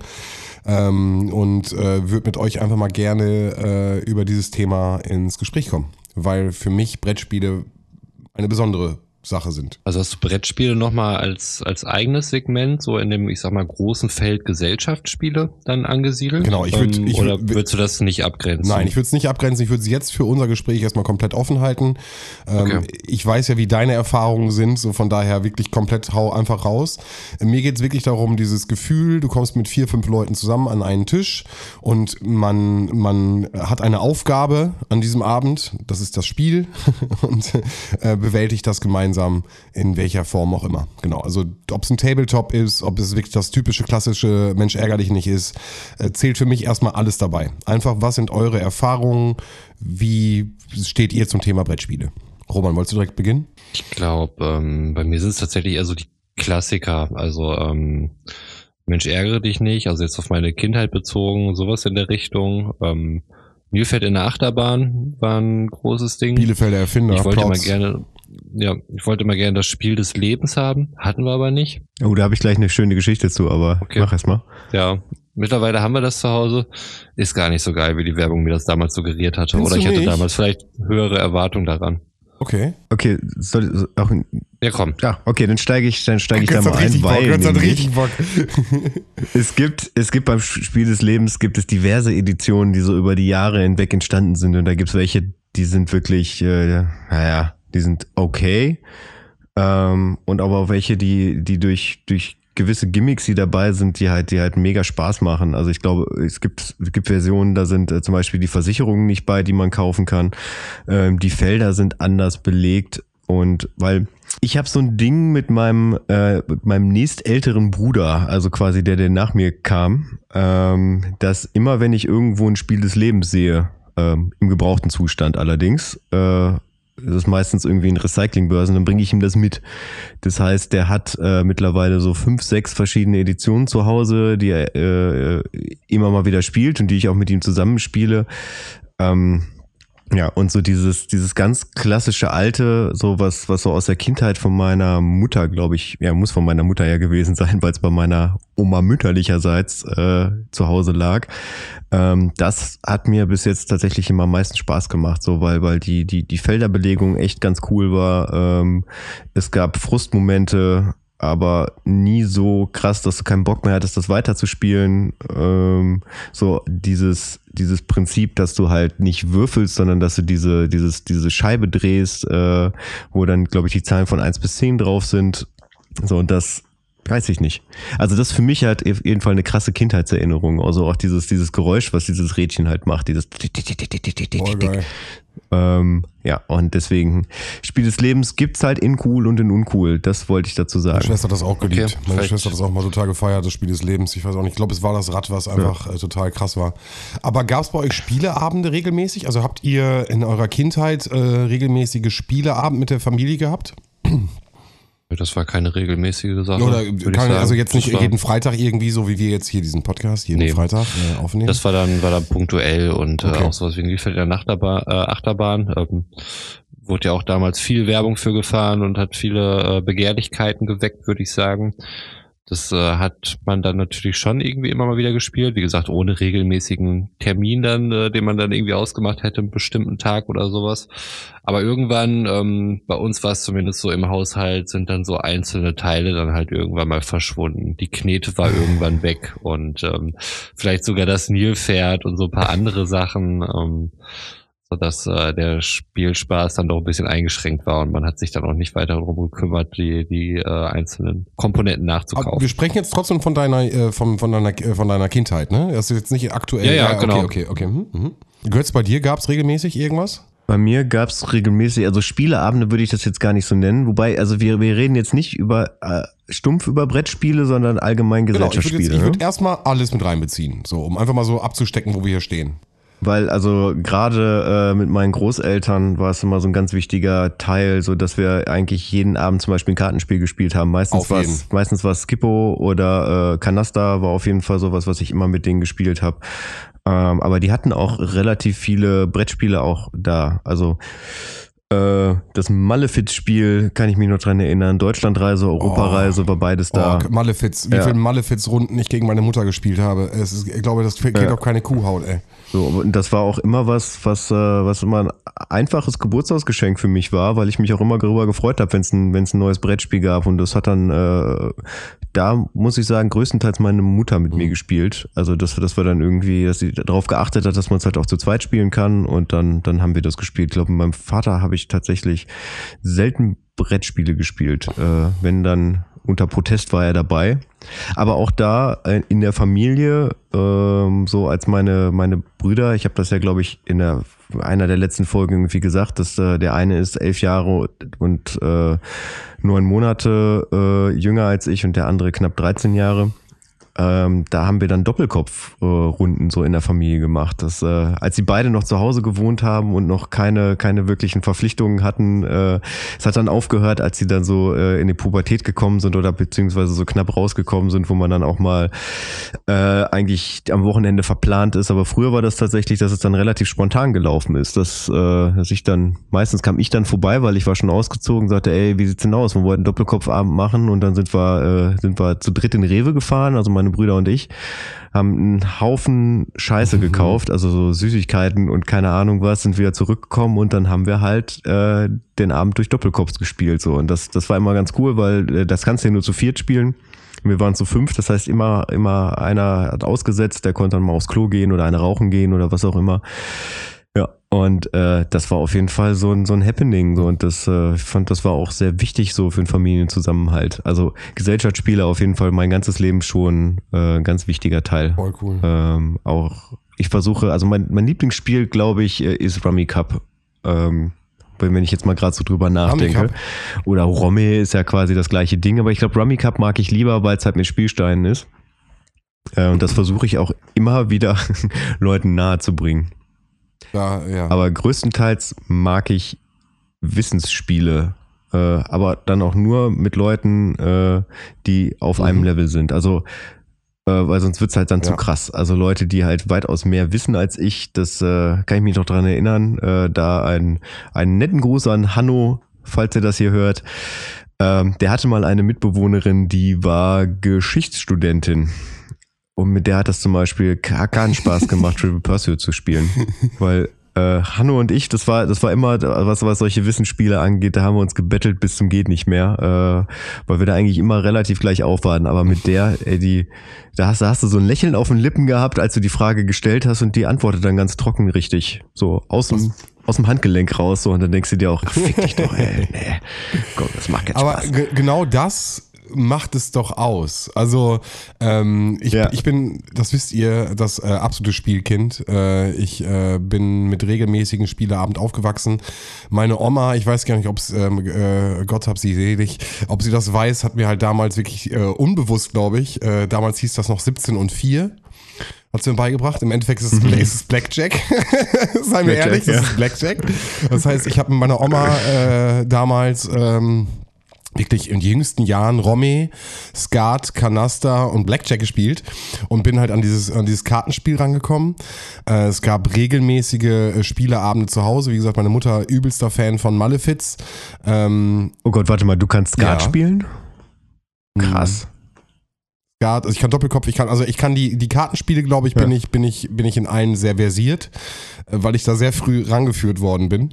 Und würde mit euch einfach mal gerne über dieses Thema ins Gespräch kommen, weil für mich Brettspiele eine besondere Sache sind. Also hast du Brettspiele nochmal als eigenes Segment, so in dem, ich sag mal, großen Feld Gesellschaftsspiele dann angesiedelt? Genau, oder würdest du das nicht abgrenzen? Nein, ich würde es nicht abgrenzen. Ich würde es jetzt für unser Gespräch erstmal komplett offen halten. Okay. Ich weiß ja, wie deine Erfahrungen sind, so von daher wirklich komplett hau einfach raus. Mir geht es wirklich darum, dieses Gefühl, du kommst mit 4, 5 Leuten zusammen an einen Tisch und man hat eine Aufgabe an diesem Abend, das ist das Spiel und bewältigt das gemeinsam. gemeinsam, in welcher Form auch immer. Genau, also ob es ein Tabletop ist, ob es wirklich das typische, klassische Mensch ärger dich nicht ist, zählt für mich erstmal alles dabei. Einfach, was sind eure Erfahrungen, wie steht ihr zum Thema Brettspiele? Roman, wolltest du direkt beginnen? Ich glaube, bei mir sind es tatsächlich eher so die Klassiker, also Mensch ärgere dich nicht, also jetzt auf meine Kindheit bezogen, sowas in der Richtung. Nilpferd in der Achterbahn war ein großes Ding. Bielefelder Erfinder. Ich wollte mal gerne das Spiel des Lebens haben, hatten wir aber nicht. Oh, da habe ich gleich eine schöne Geschichte zu, aber okay. Mach erst mal. Ja, mittlerweile haben wir das zu Hause. Ist gar nicht so geil, wie die Werbung mir das damals suggeriert hatte. Findest oder ich hatte nicht? damals vielleicht höhere Erwartungen daran. Okay. Okay, soll auch Ja, komm. Ja, okay, dann steige ich da mal ein, Bock. Es gibt beim Spiel des Lebens gibt es diverse Editionen, die so über die Jahre hinweg entstanden sind, und da gibt es welche, die sind wirklich, die sind okay, und aber auch welche, die durch gewisse Gimmicks, die dabei sind, die halt mega Spaß machen. Also ich glaube, es gibt Versionen, da sind zum Beispiel die Versicherungen nicht bei, die man kaufen kann. Die Felder sind anders belegt, und weil ich habe so ein Ding mit meinem nächstälteren Bruder, also quasi der nach mir kam, dass immer, wenn ich irgendwo ein Spiel des Lebens sehe, im gebrauchten Zustand allerdings, das ist meistens irgendwie in Recyclingbörsen, dann bringe ich ihm das mit. Das heißt, der hat mittlerweile so 5, 6 verschiedene Editionen zu Hause, die er immer mal wieder spielt und die ich auch mit ihm zusammenspiele. Ja, und so dieses ganz klassische Alte, so was so aus der Kindheit von meiner Mutter, glaube ich, ja, muss von meiner Mutter ja gewesen sein, weil es bei meiner Oma mütterlicherseits zu Hause lag. Das hat mir bis jetzt tatsächlich immer am meisten Spaß gemacht, so weil die Felderbelegung echt ganz cool war. Es gab Frustmomente, aber nie so krass, dass du keinen Bock mehr hattest, das weiterzuspielen. So dieses Prinzip, dass du halt nicht würfelst, sondern dass du diese Scheibe drehst, wo dann, glaube ich, die Zahlen von 1 bis 10 drauf sind. So, und das weiß ich nicht. Also das für mich halt auf jeden Fall eine krasse Kindheitserinnerung. Also auch dieses Geräusch, was dieses Rädchen halt macht, dieses geil. Ja, und deswegen, Spiel des Lebens gibt's halt in cool und in uncool. Das wollte ich dazu sagen. Meine Schwester hat das auch geliebt. Okay, Meine Schwester hat das auch mal total gefeiert, das Spiel des Lebens. Ich weiß auch nicht, ich glaube, es war das Rad, was einfach total krass war. Aber gab es bei euch Spieleabende regelmäßig? Also habt ihr in eurer Kindheit regelmäßige Spieleabend mit der Familie gehabt? Das war keine regelmäßige Sache. Oder also jetzt nicht jeden Freitag irgendwie, so wie wir jetzt hier diesen Podcast jeden Freitag aufnehmen? Das war dann punktuell und auch sowas wie ein Nilpferd in der Achterbahn. Wurde ja auch damals viel Werbung für gefahren und hat viele Begehrlichkeiten geweckt, würde ich sagen. Das hat man dann natürlich schon irgendwie immer mal wieder gespielt. Wie gesagt, ohne regelmäßigen Termin dann, den man dann irgendwie ausgemacht hätte, einen bestimmten Tag oder sowas. Aber irgendwann, bei uns war es zumindest so im Haushalt, sind dann so einzelne Teile dann halt irgendwann mal verschwunden. Die Knete war irgendwann weg und vielleicht sogar das Nilpferd und so ein paar andere Sachen, sodass der Spielspaß dann doch ein bisschen eingeschränkt war und man hat sich dann auch nicht weiter darum gekümmert, die einzelnen Komponenten nachzukaufen. Aber wir sprechen jetzt trotzdem von deiner Kindheit, ne? Das ist jetzt nicht aktuell. Ja, genau. Okay. Götz, bei dir gab's regelmäßig irgendwas? Bei mir gab's regelmäßig, also Spieleabende würde ich das jetzt gar nicht so nennen, wobei, also wir reden jetzt nicht über stumpf über Brettspiele, sondern allgemein Gesellschaftsspiele. Genau, ich würde erstmal alles mit reinbeziehen, so um einfach mal so abzustecken, wo wir hier stehen. Weil also gerade mit meinen Großeltern war es immer so ein ganz wichtiger Teil, so dass wir eigentlich jeden Abend zum Beispiel ein Kartenspiel gespielt haben. Meistens war es Skippo oder Kanaster war auf jeden Fall sowas, was ich immer mit denen gespielt habe. Aber die hatten auch relativ viele Brettspiele auch da. Also das Malefiz-Spiel kann ich mich noch dran erinnern. Deutschlandreise, Europareise war beides da. Malefiz. Wie viele Malefiz-Runden ich gegen meine Mutter gespielt habe. Ich glaube, das geht auf keine Kuhhaut, ey. So, und das war auch immer was immer ein einfaches Geburtstagsgeschenk für mich war, weil ich mich auch immer darüber gefreut habe, wenn es ein neues Brettspiel gab. Und das hat dann, da muss ich sagen, größtenteils meine Mutter mit mir gespielt. Also das war dann irgendwie, dass sie darauf geachtet hat, dass man es halt auch zu zweit spielen kann. Und dann haben wir das gespielt. Ich glaube, mit meinem Vater habe ich tatsächlich selten Brettspiele gespielt. Wenn dann unter Protest war er dabei. Aber auch da in der Familie, so als meine Brüder, ich habe das ja, glaube ich, in einer der letzten Folgen irgendwie gesagt, dass der eine ist 11 Jahre und 9 Monate jünger als ich und der andere knapp 13 Jahre. Da haben wir dann Doppelkopf-Runden so in der Familie gemacht. Dass, als sie beide noch zu Hause gewohnt haben und noch keine wirklichen Verpflichtungen hatten, es hat dann aufgehört, als sie dann so in die Pubertät gekommen sind oder beziehungsweise so knapp rausgekommen sind, wo man dann auch mal eigentlich am Wochenende verplant ist. Aber früher war das tatsächlich, dass es dann relativ spontan gelaufen ist. Dass ich dann, meistens kam ich dann vorbei, weil ich war schon ausgezogen, sagte, ey, wie sieht's denn aus? Wir wollten Doppelkopfabend machen und dann sind wir zu dritt in Rewe gefahren, also meine Brüder und ich, haben einen Haufen Scheiße gekauft, also so Süßigkeiten und keine Ahnung was, sind wieder zurückgekommen und dann haben wir halt den Abend durch Doppelkopf gespielt. So. Und das war immer ganz cool, weil das kannst du ja nur zu viert spielen. Wir waren zu 5, das heißt immer einer hat ausgesetzt, der konnte dann mal aufs Klo gehen oder eine rauchen gehen oder was auch immer. Ja, und das war auf jeden Fall so ein Happening. So, und ich fand, das war auch sehr wichtig so für den Familienzusammenhalt. Also Gesellschaftsspiele auf jeden Fall mein ganzes Leben schon ganz wichtiger Teil. Voll cool. Auch ich versuche, also mein Lieblingsspiel, glaube ich, ist Rummy Cup. Wenn ich jetzt mal gerade so drüber nachdenke. Oder Romme ist ja quasi das gleiche Ding, aber ich glaube, Rummy Cup mag ich lieber, weil es halt mit Spielsteinen ist. Und das versuche ich auch immer wieder Leuten nahe zu bringen. Ja. Aber größtenteils mag ich Wissensspiele, aber dann auch nur mit Leuten, die auf einem Level sind. Also, weil sonst wird's halt dann zu krass. Also Leute, die halt weitaus mehr wissen als ich, das kann ich mich noch dran erinnern. Da einen netten Gruß an Hanno, falls ihr das hier hört. Der hatte mal eine Mitbewohnerin, die war Geschichtsstudentin. Und mit der hat das zum Beispiel keinen Spaß gemacht, Trivial Pursuit zu spielen. Weil Hanno und ich, das war immer, was solche Wissensspiele angeht, da haben wir uns gebettelt bis zum geht nicht mehr, weil wir da eigentlich immer relativ gleich auf waren. Aber mit der, da hast du so ein Lächeln auf den Lippen gehabt, als du die Frage gestellt hast und die antwortet dann ganz trocken richtig. So aus dem Handgelenk raus. So, und dann denkst du dir auch, fick dich doch, ey. Nee, komm, das macht jetzt Spaß. Aber genau das macht es doch aus. Also ich bin, das wisst ihr, das absolute Spielkind. Ich bin mit regelmäßigen Spieleabend aufgewachsen. Meine Oma, ich weiß gar nicht, ob es, Gott hab sie selig, ob sie das weiß, hat mir halt damals wirklich unbewusst, glaube ich, damals hieß das noch 17 und 4. Hat sie mir beigebracht. Im Endeffekt ist es Blackjack. Sei mir ehrlich, das ist Blackjack. Das heißt, ich habe mit meiner Oma damals wirklich in den jüngsten Jahren Romme, Skat, Kanaster und Blackjack gespielt und bin halt an dieses Kartenspiel rangekommen. Es gab regelmäßige Spieleabende zu Hause. Wie gesagt, meine Mutter übelster Fan von Malefiz. Oh Gott, warte mal, du kannst Skat spielen? Krass. Also ich kann Doppelkopf, ich kann die Kartenspiele, glaube ich, bin ich in allen sehr versiert, weil ich da sehr früh rangeführt worden bin.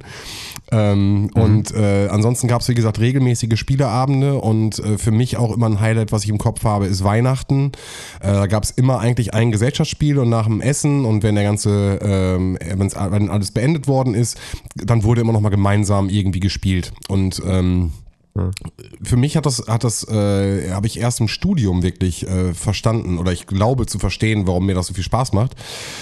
Und ansonsten gab es, wie gesagt, regelmäßige Spieleabende und für mich auch immer ein Highlight, was ich im Kopf habe, ist Weihnachten. Da gab es immer eigentlich ein Gesellschaftsspiel und nach dem Essen und wenn wenn alles beendet worden ist, dann wurde immer noch mal gemeinsam irgendwie gespielt und für mich habe ich erst im Studium wirklich verstanden oder ich glaube zu verstehen, warum mir das so viel Spaß macht.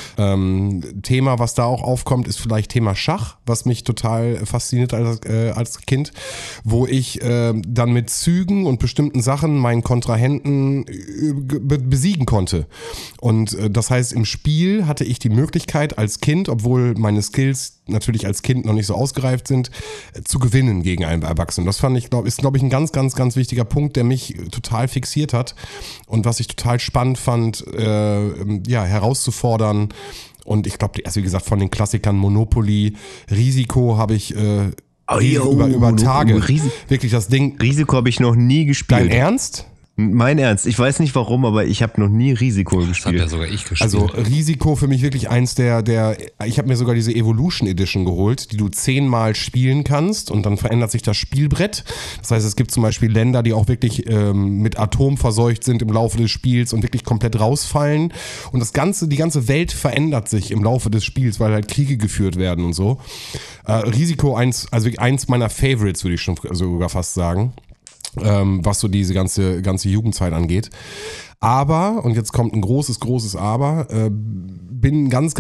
Thema, was da auch aufkommt, ist vielleicht Thema Schach, was mich total fasziniert als Kind, wo ich dann mit Zügen und bestimmten Sachen meinen Kontrahenten besiegen konnte. Und das heißt, im Spiel hatte ich die Möglichkeit als Kind, obwohl meine Skills natürlich als Kind noch nicht so ausgereift sind, zu gewinnen gegen einen Erwachsenen. Das ist, glaube ich, ein ganz, ganz, ganz wichtiger Punkt, der mich total fixiert hat und was ich total spannend fand, herauszufordern. Und ich glaube, also wie gesagt, von den Klassikern Monopoly, Risiko habe ich über Tage wirklich das Ding. Risiko habe ich noch nie gespielt. Dein Ernst? Mein Ernst, ich weiß nicht warum, aber ich habe noch nie Risiko gespielt. Das habe ja sogar ich gespielt. Also Risiko für mich wirklich eins ich habe mir sogar diese Evolution Edition geholt, die du 10-mal spielen kannst und dann verändert sich das Spielbrett. Das heißt, es gibt zum Beispiel Länder, die auch wirklich mit Atom verseucht sind im Laufe des Spiels und wirklich komplett rausfallen. Und die ganze Welt verändert sich im Laufe des Spiels, weil halt Kriege geführt werden und so. Risiko eins meiner Favorites, würde ich schon sogar fast sagen. was so diese ganze Jugendzeit angeht. Aber, und jetzt kommt ein großes Aber, bin ganz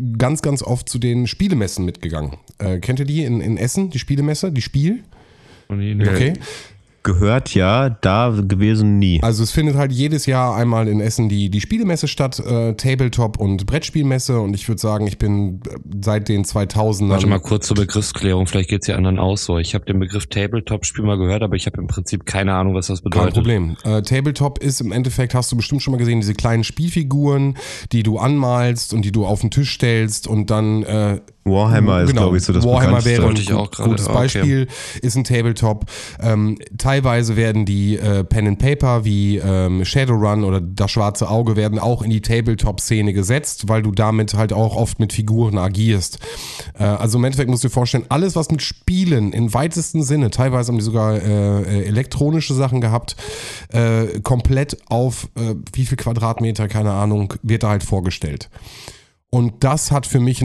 oft zu den Spielemessen mitgegangen. Kennt ihr die in Essen, die Spielemesse, die Spiel? Okay. Gehört, ja, da gewesen nie. Also es findet halt jedes Jahr einmal in Essen die Spielemesse statt, Tabletop und Brettspielmesse, und ich würde sagen, ich bin seit den 2000ern... Warte mal kurz zur Begriffsklärung, vielleicht geht's ja anderen auch so. Ich habe den Begriff Tabletop-Spiel mal gehört, aber ich habe im Prinzip keine Ahnung, was das bedeutet. Kein Problem. Tabletop ist im Endeffekt, hast du bestimmt schon mal gesehen, diese kleinen Spielfiguren, die du anmalst und die du auf den Tisch stellst und dann... Warhammer ist, glaube ich, so das Warhammer wäre ein gutes Beispiel, ist ein Tabletop. Teilweise werden die Pen and Paper wie Shadowrun oder Das Schwarze Auge werden auch in die Tabletop-Szene gesetzt, weil du damit halt auch oft mit Figuren agierst. Also im Endeffekt musst du dir vorstellen, alles, was mit Spielen im weitesten Sinne, teilweise haben die sogar elektronische Sachen gehabt, komplett auf wie viel Quadratmeter, keine Ahnung, wird da halt vorgestellt. Und das hat für mich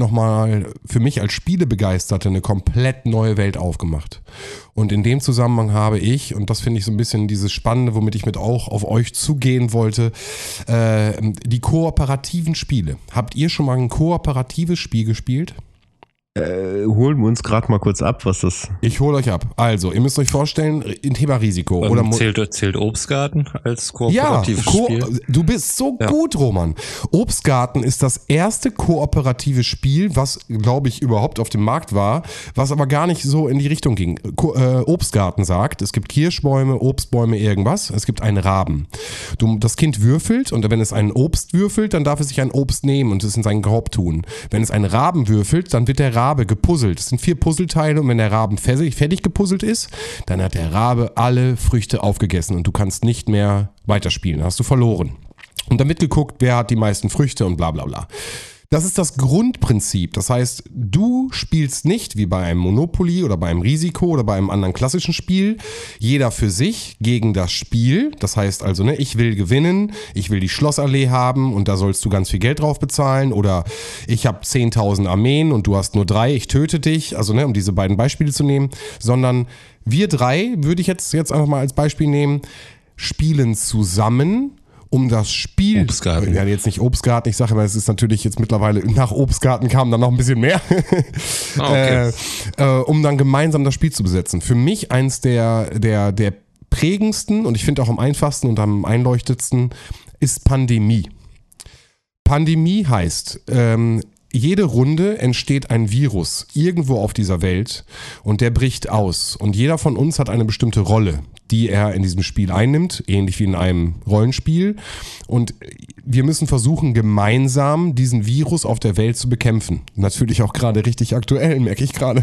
als Spielebegeisterte eine komplett neue Welt aufgemacht. Und in dem Zusammenhang habe ich, und das finde ich so ein bisschen dieses Spannende, womit ich mit auch auf euch zugehen wollte, die kooperativen Spiele. Habt ihr schon mal ein kooperatives Spiel gespielt? Holen wir uns gerade mal kurz ab, was das... Ich hole euch ab. Also, ihr müsst euch vorstellen, ein Thema Risiko. Oder zählt Obstgarten als kooperatives Spiel? Du bist so gut, Roman. Obstgarten ist das erste kooperative Spiel, was, glaube ich, überhaupt auf dem Markt war, was aber gar nicht so in die Richtung ging. Obstgarten sagt, es gibt Kirschbäume, Obstbäume, irgendwas. Es gibt einen Raben. Das Kind würfelt, und wenn es ein Obst würfelt, dann darf es sich ein Obst nehmen und es in seinen Korb tun. Wenn es einen Raben würfelt, dann wird der Rabe gepuzzelt. Es sind 4 Puzzleteile, und wenn der Raben fertig gepuzzelt ist, dann hat der Rabe alle Früchte aufgegessen und du kannst nicht mehr weiterspielen. Dann hast du verloren. Und dann wird geguckt, wer hat die meisten Früchte und bla bla bla. Das ist das Grundprinzip. Das heißt, du spielst nicht wie bei einem Monopoly oder bei einem Risiko oder bei einem anderen klassischen Spiel, jeder für sich gegen das Spiel. Das heißt also, ich will gewinnen, ich will die Schlossallee haben und da sollst du ganz viel Geld drauf bezahlen, oder ich habe 10.000 Armeen und du hast nur 3, ich töte dich. Also um diese beiden Beispiele zu nehmen, sondern wir 3, würde ich jetzt einfach mal als Beispiel nehmen, spielen zusammen um das Spiel. Obstgarten. Ja, jetzt nicht Obstgarten, ich sage immer, es ist natürlich jetzt mittlerweile, nach Obstgarten kam dann noch ein bisschen mehr. Okay. Um dann gemeinsam das Spiel zu besetzen. Für mich eins der prägendsten, und ich finde auch am einfachsten und am einleuchtendsten, ist Pandemie. Pandemie heißt, jede Runde entsteht ein Virus irgendwo auf dieser Welt und der bricht aus. Und jeder von uns hat eine bestimmte Rolle, die er in diesem Spiel einnimmt, ähnlich wie in einem Rollenspiel. Und wir müssen versuchen, gemeinsam diesen Virus auf der Welt zu bekämpfen. Natürlich auch gerade richtig aktuell, merke ich gerade.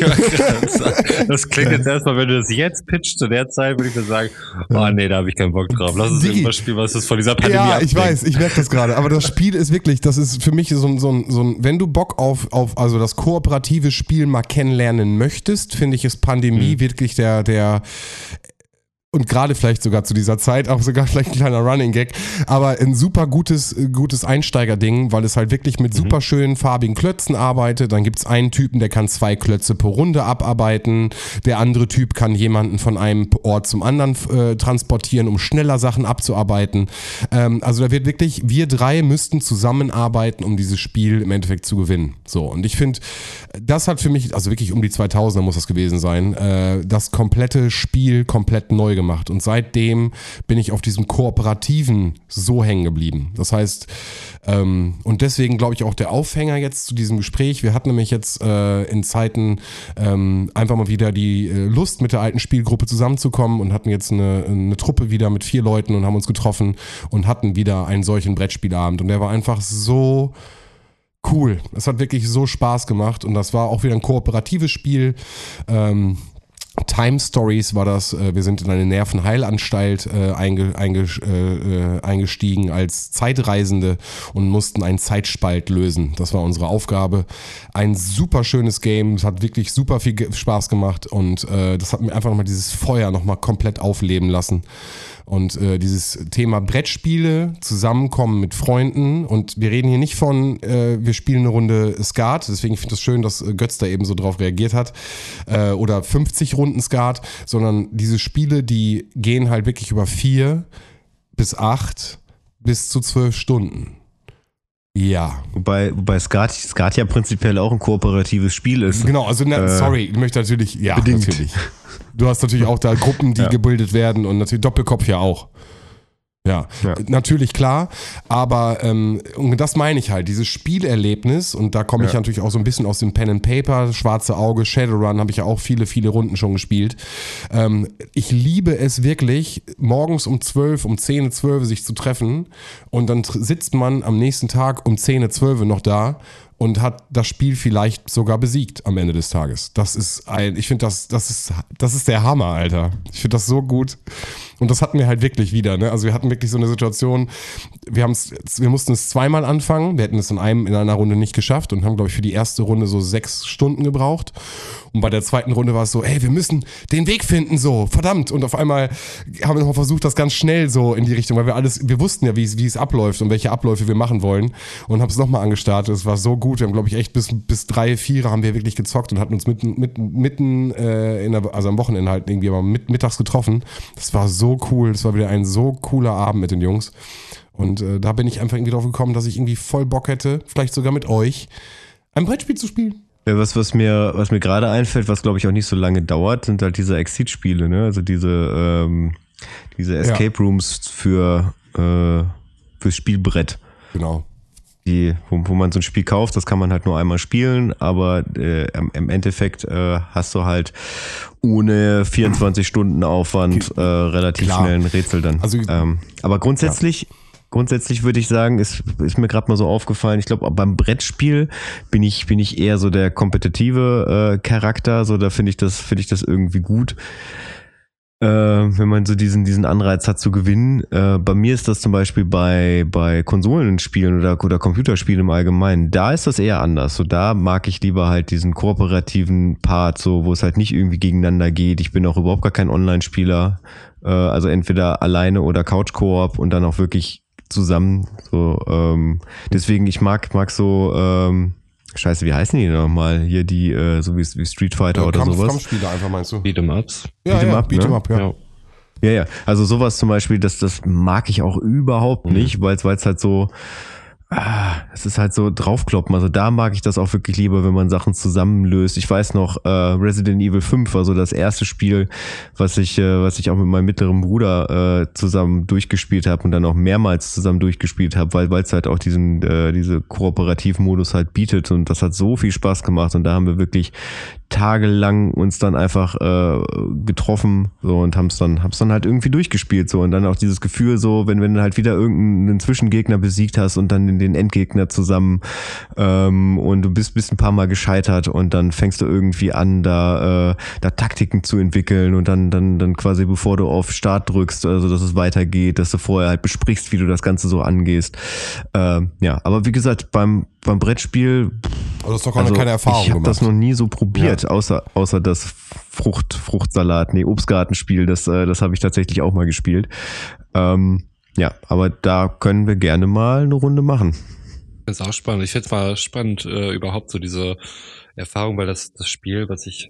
Das klingt jetzt erstmal, wenn du das jetzt pitchst, zu der Zeit würde ich mir sagen, oh nee, da habe ich keinen Bock drauf. Lass uns irgendwas spielen, was ist von dieser Pandemie ablenkt. Ich weiß, ich merke das gerade. Aber das Spiel ist wirklich, das ist für mich so ein, wenn du Bock auf also das kooperative Spiel mal kennenlernen möchtest, finde ich, ist Pandemie wirklich der und gerade vielleicht sogar zu dieser Zeit auch sogar vielleicht ein kleiner Running Gag, aber ein super gutes Einsteigerding, weil es halt wirklich mit super schönen farbigen Klötzen arbeitet. Dann gibt's einen Typen, der kann 2 Klötze pro Runde abarbeiten. Der andere Typ kann jemanden von einem Ort zum anderen transportieren, um schneller Sachen abzuarbeiten. Also da wird wirklich, wir 3 müssten zusammenarbeiten, um dieses Spiel im Endeffekt zu gewinnen. So, und ich finde, das hat für mich, also wirklich um die 2000er muss das gewesen sein, das komplette Spiel komplett neu gemacht. Und seitdem bin ich auf diesem Kooperativen so hängen geblieben. Das heißt, und deswegen glaube ich auch der Aufhänger jetzt zu diesem Gespräch, wir hatten nämlich jetzt in Zeiten einfach mal wieder die Lust, mit der alten Spielgruppe zusammenzukommen und hatten jetzt eine Truppe wieder mit 4 Leuten und haben uns getroffen und hatten wieder einen solchen Brettspielabend. Und der war einfach so cool. Es hat wirklich so Spaß gemacht und das war auch wieder ein kooperatives Spiel. Time Stories war das, wir sind in eine Nervenheilanstalt eingestiegen als Zeitreisende und mussten einen Zeitspalt lösen. Das war unsere Aufgabe. Ein super schönes Game, es hat wirklich super viel Spaß gemacht und das hat mir einfach nochmal dieses Feuer nochmal komplett aufleben lassen. Und dieses Thema Brettspiele, Zusammenkommen mit Freunden, und wir reden hier nicht von, wir spielen eine Runde Skat, deswegen finde ich es schön, dass Götz da eben so drauf reagiert hat, oder 50 Runden Skat, sondern diese Spiele, die gehen halt wirklich über 4 bis 8 bis zu 12 Stunden. Ja. Wobei Skat ja prinzipiell auch ein kooperatives Spiel ist. Genau, also sorry, ich möchte natürlich, ja, bedingt. Natürlich. Du hast natürlich auch da Gruppen, die gebildet werden, und natürlich Doppelkopf ja auch. Ja, natürlich klar, aber und das meine ich halt, dieses Spielerlebnis, und da komme ich natürlich auch so ein bisschen aus dem Pen and Paper, Schwarze Auge, Shadowrun, habe ich ja auch viele Runden schon gespielt. Ich liebe es wirklich, morgens um 10, 12 sich zu treffen, und dann sitzt man am nächsten Tag um 10, 12 noch da und hat das Spiel vielleicht sogar besiegt am Ende des Tages. Ich finde, das ist der Hammer, Alter. Ich finde das so gut. Und das hatten wir halt wirklich wieder, ne? Also wir hatten wirklich so eine Situation, wir mussten es zweimal anfangen, wir hätten es in einer Runde nicht geschafft und haben, glaube ich, für die erste Runde so 6 Stunden gebraucht. Und bei der zweiten Runde war es so, ey, wir müssen den Weg finden, so, verdammt. Und auf einmal haben wir noch versucht, das ganz schnell so in die Richtung, weil wir wussten ja, wie es abläuft und welche Abläufe wir machen wollen, und haben es nochmal angestartet. Es war so gut. Wir haben, glaube ich, echt bis 3, 4 haben wir wirklich gezockt und hatten uns mitten also am Wochenende halt irgendwie aber mittags getroffen. Das war so cool. Das war wieder ein so cooler Abend mit den Jungs. Und da bin ich einfach irgendwie drauf gekommen, dass ich irgendwie voll Bock hätte, vielleicht sogar mit euch, ein Brettspiel zu spielen. Ja, was mir gerade einfällt, was glaube ich auch nicht so lange dauert, sind halt diese Exit-Spiele, ne? Also diese Escape Rooms fürs Spielbrett. Genau. Wo man so ein Spiel kauft, das kann man halt nur einmal spielen, aber im Endeffekt hast du halt ohne 24 Stunden Aufwand relativ schnell ein Rätsel dann. Also, aber grundsätzlich würde ich sagen, ist mir gerade mal so aufgefallen, ich glaube, beim Brettspiel bin ich eher so der kompetitive Charakter, so da finde ich das irgendwie gut. Wenn man so diesen Anreiz hat zu gewinnen. Bei mir ist das zum Beispiel bei Konsolenspielen oder Computerspielen im Allgemeinen, da ist das eher anders. So, da mag ich lieber halt diesen kooperativen Part, so, wo es halt nicht irgendwie gegeneinander geht. Ich bin auch überhaupt gar kein Online-Spieler. Also entweder alleine oder Couch-Koop und dann auch wirklich zusammen. So, deswegen, ich mag so, Scheiße, wie heißen die nochmal? Hier die, so wie Street Fighter oder sowas. Kampfspiele einfach, meinst du? Beat'em-Ups. Beat'em Up, ja. Ja. Also sowas zum Beispiel, das mag ich auch überhaupt nicht, weil es halt so, es ist halt so draufkloppen. Also da mag ich das auch wirklich lieber, wenn man Sachen zusammenlöst. Ich weiß noch, Resident Evil 5 war so das erste Spiel, was ich auch mit meinem mittleren Bruder zusammen durchgespielt habe und dann auch mehrmals zusammen durchgespielt habe, weil es halt auch diese kooperativen Modus halt bietet, und das hat so viel Spaß gemacht, und da haben wir wirklich tagelang uns dann einfach getroffen, so, und haben's dann halt irgendwie durchgespielt, so, und dann auch dieses Gefühl so, wenn du halt wieder irgendeinen Zwischengegner besiegt hast und dann den Endgegner zusammen und du bist ein paar Mal gescheitert, und dann fängst du irgendwie an, da Taktiken zu entwickeln, und dann quasi, bevor du auf Start drückst, also dass es weitergeht, dass du vorher halt besprichst, wie du das Ganze so angehst. Aber wie gesagt, beim Brettspiel, also hast doch keine Erfahrung ich habe das noch nie so probiert, ja. außer das Obstgartenspiel, das habe ich tatsächlich auch mal gespielt. Aber da können wir gerne mal eine Runde machen. Ich finde es auch spannend. Ich finde es mal spannend, überhaupt so diese Erfahrung, weil das Spiel,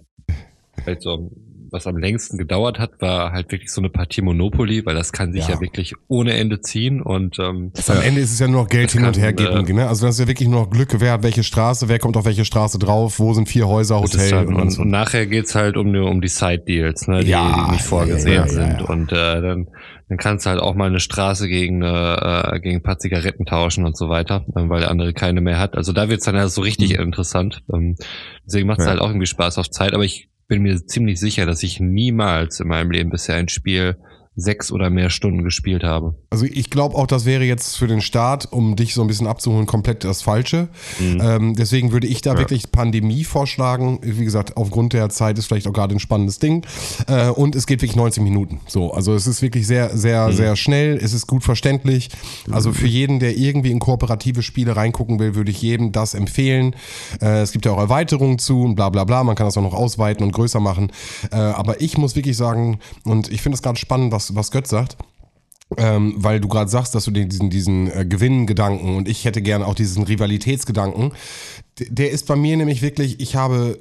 was am längsten gedauert hat, war halt wirklich so eine Partie Monopoly, weil das kann sich ja wirklich ohne Ende ziehen, und am Ende ist es ja nur noch Geld hin und her geben, ne? Also das ist ja wirklich nur noch Glück gewährt, welche Straße, wer kommt auf welche Straße drauf, wo sind 4 Häuser, Hotel und nachher geht's halt um die Side-Deals, ne, die nicht vorgesehen sind. Und dann kannst du halt auch mal eine Straße gegen ein paar Zigaretten tauschen und so weiter, weil der andere keine mehr hat. Also da wird's dann halt so richtig interessant. Deswegen macht's halt auch irgendwie Spaß auf Zeit, aber ich bin mir ziemlich sicher, dass ich niemals in meinem Leben bisher ein Spiel 6 oder mehr Stunden gespielt habe. Also ich glaube auch, das wäre jetzt für den Start, um dich so ein bisschen abzuholen, komplett das Falsche. Deswegen würde ich da wirklich Pandemie vorschlagen. Wie gesagt, aufgrund der Zeit ist vielleicht auch gerade ein spannendes Ding. Und es geht wirklich 90 Minuten. So, also es ist wirklich sehr, sehr, sehr schnell. Es ist gut verständlich. Also für jeden, der irgendwie in kooperative Spiele reingucken will, würde ich jedem das empfehlen. Es gibt ja auch Erweiterungen zu und bla bla bla. Man kann das auch noch ausweiten und größer machen. Aber ich muss wirklich sagen, und ich finde es gerade spannend, was Götz sagt, weil du gerade sagst, dass du diesen Gewinngedanken und ich hätte gerne auch diesen Rivalitätsgedanken. Der ist bei mir nämlich wirklich, ich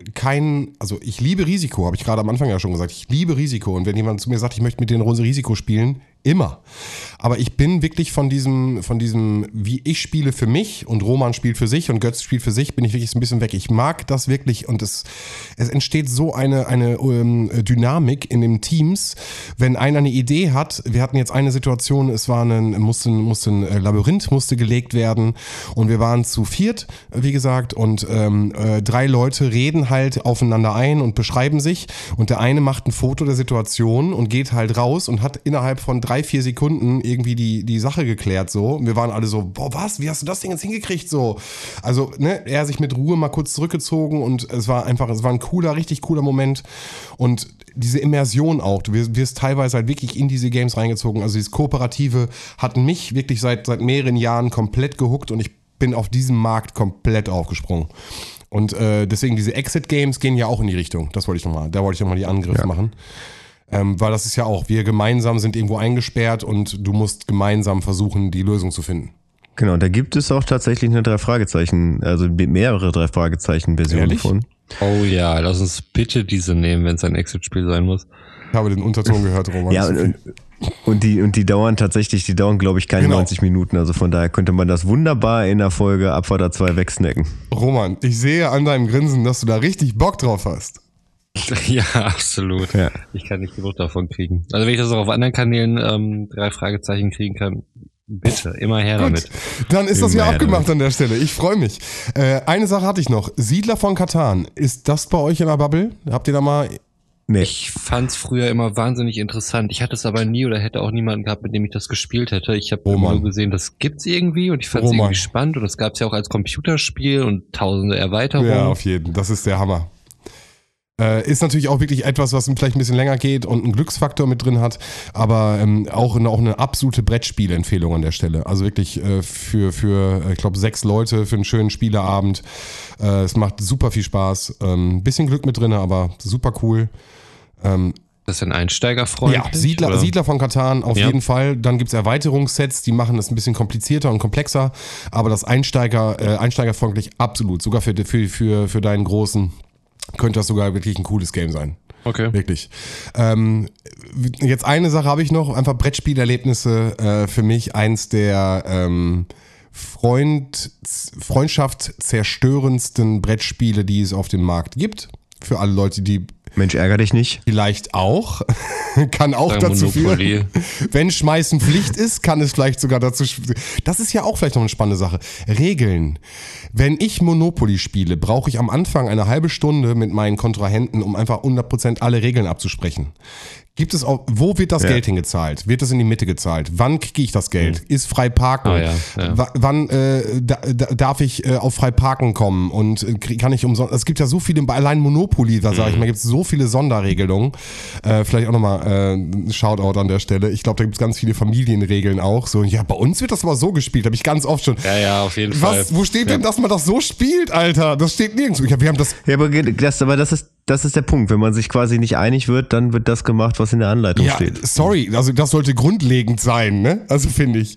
liebe Risiko, habe ich gerade am Anfang ja schon gesagt. Ich liebe Risiko und wenn jemand zu mir sagt, ich möchte mit dir eine Runde Risiko spielen, immer. Aber ich bin wirklich von diesem, wie ich spiele für mich und Roman spielt für sich und Götz spielt für sich, bin ich wirklich so ein bisschen weg. Ich mag das wirklich und es entsteht so eine Dynamik in den Teams, wenn einer eine Idee hat. Wir hatten jetzt eine Situation, es war ein Labyrinth musste gelegt werden und wir waren zu viert, wie gesagt, und 3 Leute reden halt aufeinander ein und beschreiben sich und der eine macht ein Foto der Situation und geht halt raus und hat innerhalb von 3-4 Sekunden irgendwie die Sache geklärt so. Wir waren alle so, boah, was? Wie hast du das Ding jetzt hingekriegt so? Also, ne, er sich mit Ruhe mal kurz zurückgezogen und es war ein richtig cooler Moment und diese Immersion auch. Du wirst teilweise halt wirklich in diese Games reingezogen. Also dieses Kooperative hat mich wirklich seit mehreren Jahren komplett gehuckt und ich bin auf diesem Markt komplett aufgesprungen. Und deswegen diese Exit-Games gehen ja auch in die Richtung. Da wollte ich nochmal die Angriffe machen. Weil das ist ja auch, wir gemeinsam sind irgendwo eingesperrt und du musst gemeinsam versuchen, die Lösung zu finden. Genau, da gibt es auch tatsächlich eine 3-Fragezeichen, also mehrere 3-Fragezeichen-Versionen von. Oh ja, lass uns bitte diese nehmen, wenn es ein Exit-Spiel sein muss. Ich habe den Unterton gehört, Roman. Ja, und die dauern glaube ich, keine 90 Minuten. Also von daher könnte man das wunderbar in der Folge Abfahrt A2 wegsnacken. Roman, ich sehe an deinem Grinsen, dass du da richtig Bock drauf hast. Ja, absolut. Ja. Ich kann nicht genug davon kriegen. Also wenn ich das auch auf anderen Kanälen 3 Fragezeichen kriegen kann, bitte, immer her Gut, damit. Dann ist das ja abgemacht an der Stelle. Ich freue mich. Eine Sache hatte ich noch. Siedler von Catan. Ist das bei euch in der Bubble? Habt ihr da mal... Nee. Ich fand's früher immer wahnsinnig interessant. Ich hatte es aber nie oder hätte auch niemanden gehabt, mit dem ich das gespielt hätte. Ich habe nur gesehen, das gibt's irgendwie und ich fand's irgendwie spannend und das gab's ja auch als Computerspiel und tausende Erweiterungen. Ja, auf jeden. Das ist der Hammer. Ist natürlich auch wirklich etwas, was vielleicht ein bisschen länger geht und einen Glücksfaktor mit drin hat, aber auch eine absolute Brettspielempfehlung an der Stelle. Also wirklich für ich glaube, 6 Leute für einen schönen Spieleabend. Es macht super viel Spaß. Ein bisschen Glück mit drin, aber super cool. Das ist ein Einsteigerfreundlich? Ja, Siedler von Catan auf jeden Fall. Dann gibt's Erweiterungssets, die machen das ein bisschen komplizierter und komplexer, aber das einsteigerfreundlich absolut. Sogar für deinen Großen könnte das sogar wirklich ein cooles Game sein. Okay. Wirklich. Jetzt eine Sache habe ich noch, einfach Brettspielerlebnisse für mich eins der freundschaftszerstörendsten Brettspiele, die es auf dem Markt gibt. Für alle Leute, die Mensch, ärger dich nicht. Vielleicht auch. Kann auch dazu führen. Wenn Schmeißen Pflicht ist, kann es vielleicht sogar dazu. Das ist ja auch vielleicht noch eine spannende Sache. Regeln. Wenn ich Monopoly spiele, brauche ich am Anfang eine halbe Stunde mit meinen Kontrahenten, um einfach 100% alle Regeln abzusprechen. Gibt es auch, wo wird das Geld hingezahlt? Wird das in die Mitte gezahlt? Wann kriege ich das Geld? Ist frei parken? Wann darf ich auf frei parken kommen? Und kann ich umsonst? Es gibt ja so viele, allein Monopoly, da sage ich mal, gibt es so viele Sonderregelungen. Vielleicht auch nochmal ein Shoutout an der Stelle. Ich glaube, da gibt es ganz viele Familienregeln auch. So, ja, bei uns wird das mal so gespielt, habe ich ganz oft schon. Ja, auf jeden Fall. Wo steht denn, dass man das so spielt, Alter? Das steht nirgendwo. Wir haben das. Ja, aber das ist der Punkt. Wenn man sich quasi nicht einig wird, dann wird das gemacht, was in der Anleitung steht. Sorry, also das sollte grundlegend sein, ne? Also finde ich.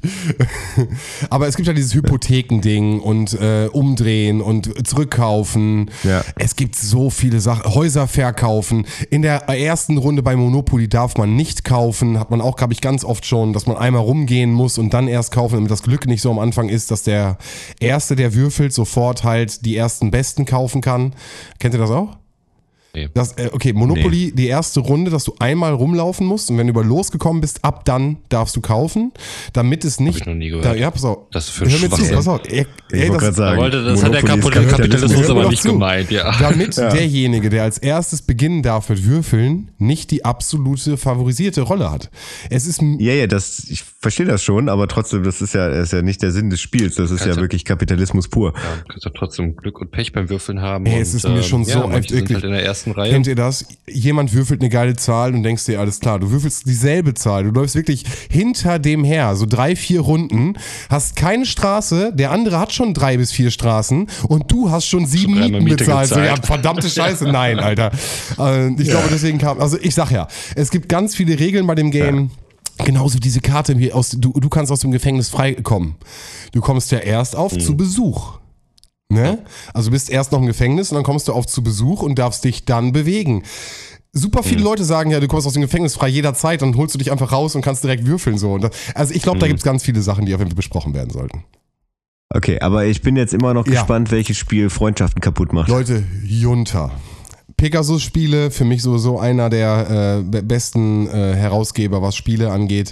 Aber es gibt ja dieses Hypothekending und umdrehen und zurückkaufen. Ja. Es gibt so viele Sachen. Häuser verkaufen. In der ersten Runde bei Monopoly darf man nicht kaufen. Hat man auch, glaube ich, ganz oft schon, dass man einmal rumgehen muss und dann erst kaufen, damit das Glück nicht so am Anfang ist, dass der Erste, der würfelt, sofort halt die ersten Besten kaufen kann. Kennt ihr das auch? Nee. Monopoly, die erste Runde, dass du einmal rumlaufen musst und wenn du über losgekommen bist, ab dann darfst du kaufen, damit es nicht... Hab ich noch nie gehört. Pass auf. Das ist für Schwachsinn. Pass auf. Ich wollte gerade sagen. Das hat der Kapitalismus aber nicht gemeint, ja. Damit derjenige, der als erstes beginnen darf mit Würfeln, nicht die absolute favorisierte Rolle hat. Es ist... ich verstehe das schon, aber trotzdem, das ist ja nicht der Sinn des Spiels. Das ist ja wirklich Kapitalismus pur. Ja, du kannst ja trotzdem Glück und Pech beim Würfeln haben. Es ist mir schon so wirklich halt in der ersten Reihe. Kennt ihr das? Jemand würfelt eine geile Zahl und denkst dir, alles klar, du würfelst dieselbe Zahl, du läufst wirklich hinter dem her, so 3-4 Runden, hast keine Straße, der andere hat schon 3 bis 4 Straßen und du hast schon 7 Mieten bezahlt. So, ja, verdammte Scheiße, nein, Alter. Ich glaube, deswegen ich sag ja, es gibt ganz viele Regeln bei dem Game. Genauso wie diese Karte, wie du kannst aus dem Gefängnis freikommen. Du kommst ja erst auf zu Besuch. Ne? Also du bist erst noch im Gefängnis und dann kommst du auf zu Besuch und darfst dich dann bewegen. Super viele Leute sagen ja, du kommst aus dem Gefängnis frei jederzeit, dann holst du dich einfach raus und kannst direkt würfeln. So. Also ich glaube, da gibt es ganz viele Sachen, die auf jeden Fall besprochen werden sollten. Okay, aber ich bin jetzt immer noch gespannt, welches Spiel Freundschaften kaputt macht. Leute, Junta. Pegasus-Spiele, für mich sowieso einer der besten Herausgeber, was Spiele angeht.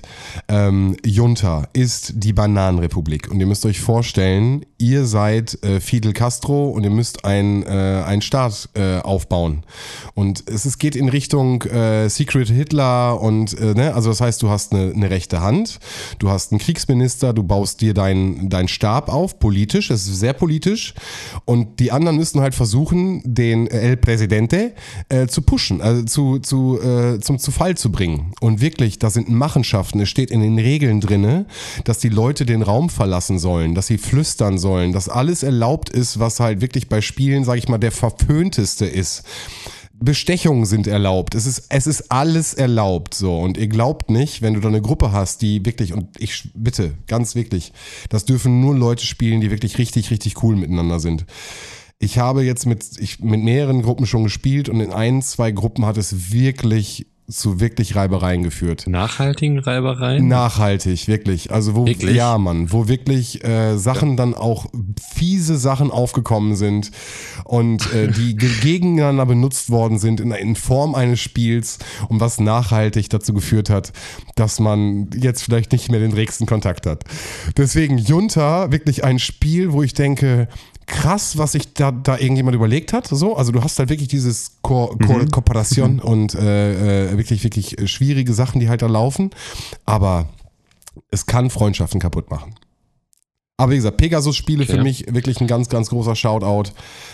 Junta ist die Bananenrepublik. Und ihr müsst euch vorstellen, ihr seid Fidel Castro und ihr müsst einen Staat aufbauen. Und es geht in Richtung Secret Hitler und also das heißt, du hast eine rechte Hand, du hast einen Kriegsminister, du baust dir deinen Stab auf, politisch, es ist sehr politisch. Und die anderen müssen halt versuchen, den El Presidente zu pushen, also zum Fall zu bringen. Und wirklich, da sind Machenschaften. Es steht in den Regeln drinne, dass die Leute den Raum verlassen sollen, dass sie flüstern sollen, dass alles erlaubt ist, was halt wirklich bei Spielen, sage ich mal, der verpönteste ist. Bestechungen sind erlaubt. Es ist alles erlaubt. So. Und ihr glaubt nicht, wenn du da eine Gruppe hast, die wirklich, und ich bitte, ganz wirklich, das dürfen nur Leute spielen, die wirklich richtig, richtig cool miteinander sind. Ich habe jetzt mit mehreren Gruppen schon gespielt und in 1-2 Gruppen hat es wirklich zu Reibereien geführt. Nachhaltigen Reibereien? Nachhaltig, wirklich. Also wo wirklich? Ja, Mann, wo wirklich Sachen dann auch fiese Sachen aufgekommen sind und die gegeneinander benutzt worden sind in Form eines Spiels und was nachhaltig dazu geführt hat, dass man jetzt vielleicht nicht mehr den nächsten Kontakt hat. Deswegen Junta, wirklich ein Spiel, wo ich denke, krass, was sich da irgendjemand überlegt hat. So. Also du hast halt wirklich dieses Kooperation und wirklich, wirklich schwierige Sachen, die halt da laufen. Aber es kann Freundschaften kaputt machen. Aber wie gesagt, Pegasus-Spiele für mich wirklich ein ganz, ganz großer Shoutout.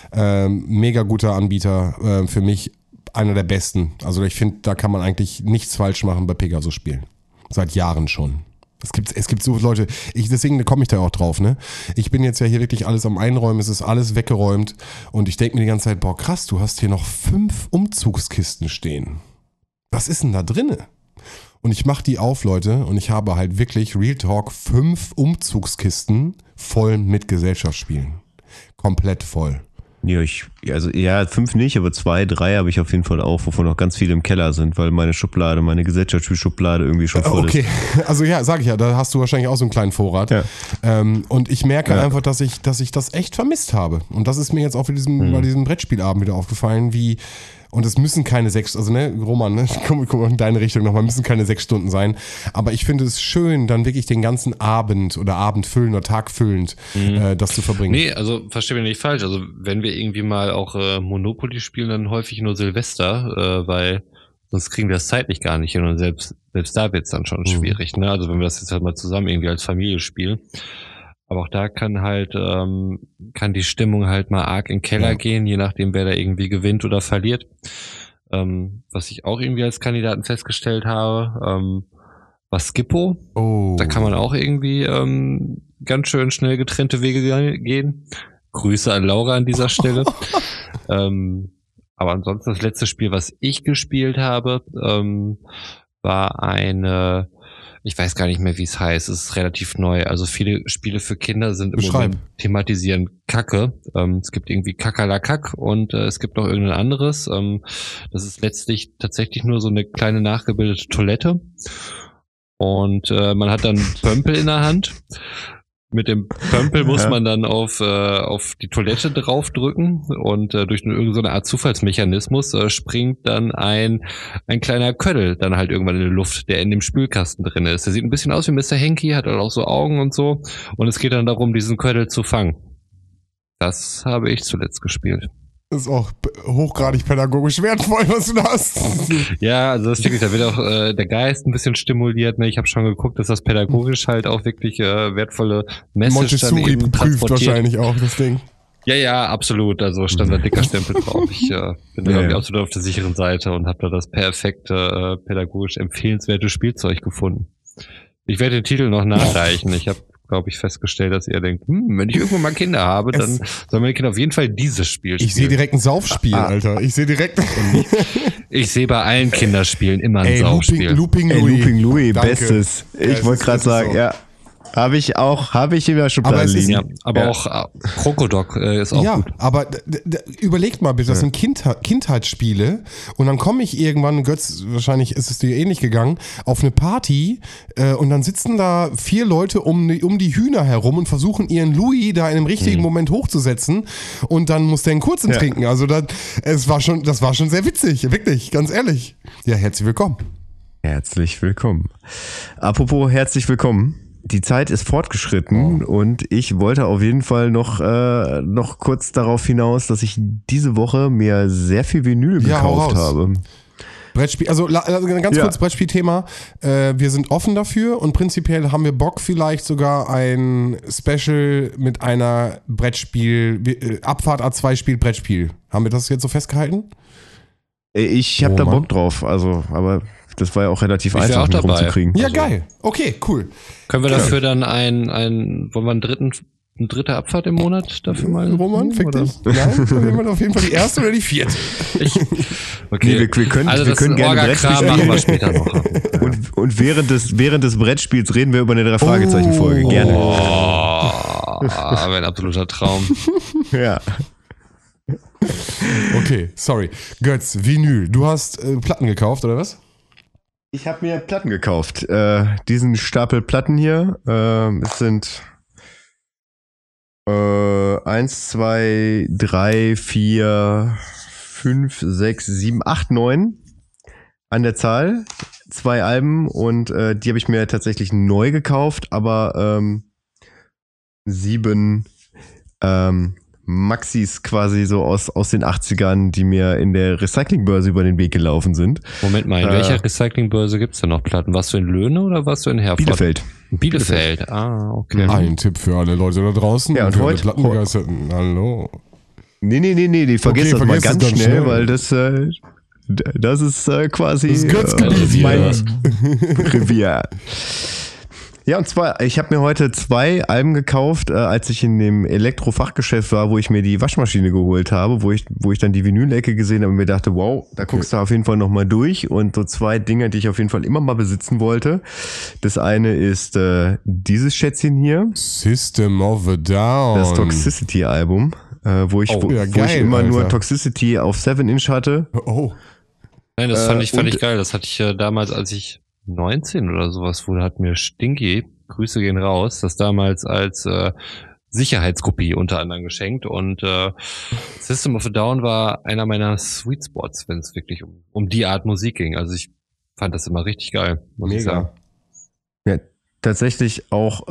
Mega guter Anbieter. Für mich einer der besten. Also ich finde, da kann man eigentlich nichts falsch machen bei Pegasus-Spielen. Seit Jahren schon. Es gibt so Leute, deswegen komme ich da auch drauf, ne? Ich bin jetzt ja hier wirklich alles am Einräumen, es ist alles weggeräumt und ich denke mir die ganze Zeit, boah krass, du hast hier noch 5 Umzugskisten stehen. Was ist denn da drinne? Und ich mache die auf, Leute, und ich habe halt wirklich, Real Talk, 5 Umzugskisten voll mit Gesellschaftsspielen. Komplett voll. Ja, 5 nicht, aber 2, 3 habe ich auf jeden Fall auch, wovon noch ganz viele im Keller sind, weil meine Gesellschaftsspielschublade irgendwie schon voll ist. Okay, also ja, sag ich ja, da hast du wahrscheinlich auch so einen kleinen Vorrat. Ja. Und ich merke einfach, dass ich das echt vermisst habe. Und das ist mir jetzt auch bei diesem Brettspielabend wieder aufgefallen, und es müssen keine 6, also ne, Roman, ne, komm in deine Richtung nochmal, müssen keine 6 Stunden sein. Aber ich finde es schön, dann wirklich den ganzen Abend oder abendfüllend oder tagfüllend das zu verbringen. Nee, also versteh mich nicht falsch. Also wenn wir irgendwie mal auch Monopoly spielen, dann häufig nur Silvester, weil sonst kriegen wir das zeitlich gar nicht hin und selbst da wird's dann schon schwierig. Ne? Also wenn wir das jetzt halt mal zusammen irgendwie als Familie spielen. Aber auch da kann die Stimmung halt mal arg in den Keller gehen, je nachdem, wer da irgendwie gewinnt oder verliert. Was ich auch irgendwie als Kandidaten festgestellt habe, war Skippo. Oh. Da kann man auch irgendwie ganz schön schnell getrennte Wege gehen. Grüße an Laura an dieser Stelle. Aber ansonsten das letzte Spiel, was ich gespielt habe, war ich weiß gar nicht mehr, wie es heißt. Es ist relativ neu. Also viele Spiele für Kinder sind im Moment thematisieren Kacke. Es gibt irgendwie Kakerlakack und es gibt noch irgendein anderes. Das ist letztlich tatsächlich nur so eine kleine nachgebildete Toilette. Und man hat dann Pömpel in der Hand. Mit dem Pömpel muss man dann auf die Toilette draufdrücken und durch irgendeine Art Zufallsmechanismus springt dann ein kleiner Köddel dann halt irgendwann in die Luft, der in dem Spülkasten drin ist. Der sieht ein bisschen aus wie Mr. Henky, hat halt auch so Augen und so. Und es geht dann darum, diesen Köddel zu fangen. Das habe ich zuletzt gespielt. Das ist auch hochgradig pädagogisch wertvoll, was du da hast. Ja, also das wirklich, da wird auch der Geist ein bisschen stimuliert. Ne? Ich habe schon geguckt, dass das pädagogisch halt auch wirklich wertvolle Message dann eben prüft wahrscheinlich auch das Ding. Ja, absolut. Also stand da dicker Stempel drauf. Ich bin da irgendwie absolut auf der sicheren Seite und habe da das perfekte, pädagogisch empfehlenswerte Spielzeug gefunden. Ich werde den Titel noch nachreichen. Ich habe glaube ich, festgestellt, dass ihr denkt, wenn ich irgendwann mal Kinder habe, dann sollen meine Kinder auf jeden Fall dieses Spiel spielen. Ich sehe direkt ein Saufspiel, Alter. Ich sehe direkt... Ich sehe bei allen Kinderspielen immer ein Saufspiel. Looping Louis, Danke. Bestes. Ich wollte gerade sagen, ja. Habe ich in der Schublade liegen. Ja, aber auch Krokodok ist auch gut. Ja, aber überlegt mal bitte, das sind Kindheitsspiele und dann komme ich irgendwann, Götz, wahrscheinlich ist es dir ähnlich gegangen, auf eine Party und dann sitzen da 4 Leute um die Hühner herum und versuchen ihren Louis da in dem richtigen Moment hochzusetzen und dann muss der einen kurzen trinken. Also das war schon sehr witzig, wirklich, ganz ehrlich. Ja, herzlich willkommen. Herzlich willkommen. Apropos herzlich willkommen. Die Zeit ist fortgeschritten und ich wollte auf jeden Fall noch kurz darauf hinaus, dass ich diese Woche mir sehr viel Vinyl gekauft habe. Brettspiel, also ganz kurz Brettspielthema. Wir sind offen dafür und prinzipiell haben wir Bock, vielleicht sogar ein Special mit einer Abfahrt A2 spielt Brettspiel. Haben wir das jetzt so festgehalten? Ich habe da Bock drauf, also, aber das war ja auch relativ einfach mit rumzukriegen. Ja, geil. Okay, cool. Können wir dafür dann wollen wir eine dritte Abfahrt im Monat dafür mal? Roman, fick dich. Nein, dann auf jeden Fall die erste oder die vierte. Okay. Nee, wir können gerne Brettspiel spielen. Machen wir später noch. Und während des Brettspiels reden wir über eine 3-Fragezeichen-Folge. Gerne. Aber ein absoluter Traum. Ja. Okay, sorry. Götz, Vinyl. Du hast Platten gekauft, oder was? Ich habe mir Platten gekauft. Diesen Stapel Platten hier. Es sind 1, 2, 3, 4, 5, 6, 7, 8, 9 an der Zahl. 2 Alben und die habe ich mir tatsächlich neu gekauft, aber 7 Maxis quasi so aus den 80ern, die mir in der Recyclingbörse über den Weg gelaufen sind. Moment mal, in welcher Recyclingbörse gibt's denn noch Platten? Warst du in Löhne oder warst du in Herford? Bielefeld. Ah, okay. Ein Tipp für alle Leute da draußen. Ja, und für heute Plattenbegeisterten. Hallo. Nee, vergiss das mal ganz schnell, weil das ist quasi mein Revier. Ja, und zwar, ich habe mir heute 2 Alben gekauft, als ich in dem Elektrofachgeschäft war, wo ich mir die Waschmaschine geholt habe, wo ich dann die Vinyl-Ecke gesehen habe und mir dachte, wow, da guckst du auf jeden Fall nochmal durch. Und so 2 Dinge, die ich auf jeden Fall immer mal besitzen wollte. Das eine ist dieses Schätzchen hier. System of a Down. Das Toxicity-Album, wo ich immer nur Toxicity auf 7-Inch hatte. Oh. Nein, das fand ich geil. Das hatte ich damals, als ich 19 oder sowas wurde, hat mir Stinky, Grüße gehen raus, das damals als Sicherheitskopie unter anderem geschenkt und System of a Down war einer meiner Sweet Spots, wenn es wirklich um die Art Musik ging. Also ich fand das immer richtig geil, muss ich sagen. Ja, tatsächlich auch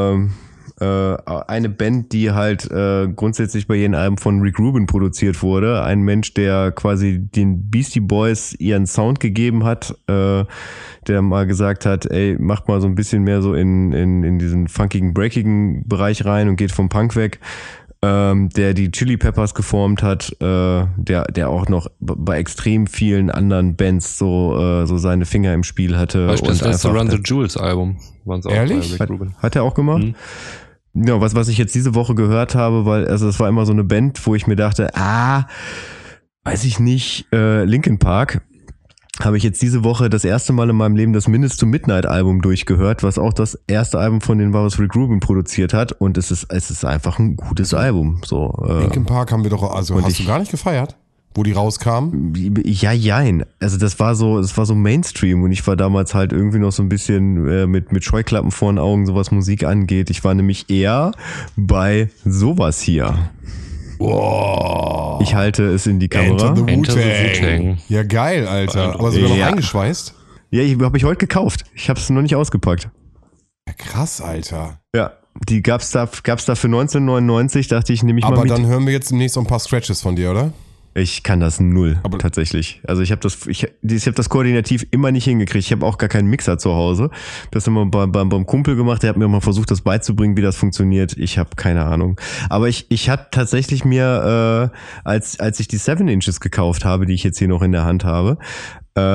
eine Band, die halt grundsätzlich bei jedem Album von Rick Rubin produziert wurde. Ein Mensch, der quasi den Beastie Boys ihren Sound gegeben hat, der mal gesagt hat, ey, macht mal so ein bisschen mehr so in diesen funkigen, breakigen Bereich rein und geht vom Punk weg. Der die Chili Peppers geformt hat, der auch noch bei extrem vielen anderen Bands so seine Finger im Spiel hatte. Beispielsweise das Run the Jewels Album. Ehrlich? Hat er auch gemacht? Mhm. Ja, was ich jetzt diese Woche gehört habe, weil, also das war immer so eine Band, wo ich mir dachte, weiß ich nicht, Linkin Park. Habe ich jetzt diese Woche das erste Mal in meinem Leben das Minutes to Midnight Album durchgehört, was auch das erste Album von denen war, was Rick Rubin produziert hat, und es ist einfach ein gutes Album. So, Linkin Park haben wir doch, also hast du gar nicht gefeiert, wo die rauskamen? Ja, jein. Also das war so Mainstream und ich war damals halt irgendwie noch so ein bisschen mit Scheuklappen vor den Augen, so was Musik angeht. Ich war nämlich eher bei sowas hier. Wow. Ich halte es in die Kamera. Enter the Wu-Tang. Ja, geil, Alter. Aber sogar noch eingeschweißt? Ja, habe ich heute gekauft. Ich habe es noch nicht ausgepackt. Ja, krass, Alter. Ja, die gab's da für 1999, dachte ich, nehme ich mal mit. Aber dann hören wir jetzt demnächst ein paar Scratches von dir, oder? Ich kann das null, tatsächlich. Also ich habe das koordinativ immer nicht hingekriegt. Ich habe auch gar keinen Mixer zu Hause. Das haben wir beim Kumpel gemacht. Der hat mir mal versucht, das beizubringen, wie das funktioniert. Ich habe keine Ahnung. Aber ich habe tatsächlich mir, als ich die 7 Inches gekauft habe, die ich jetzt hier noch in der Hand habe,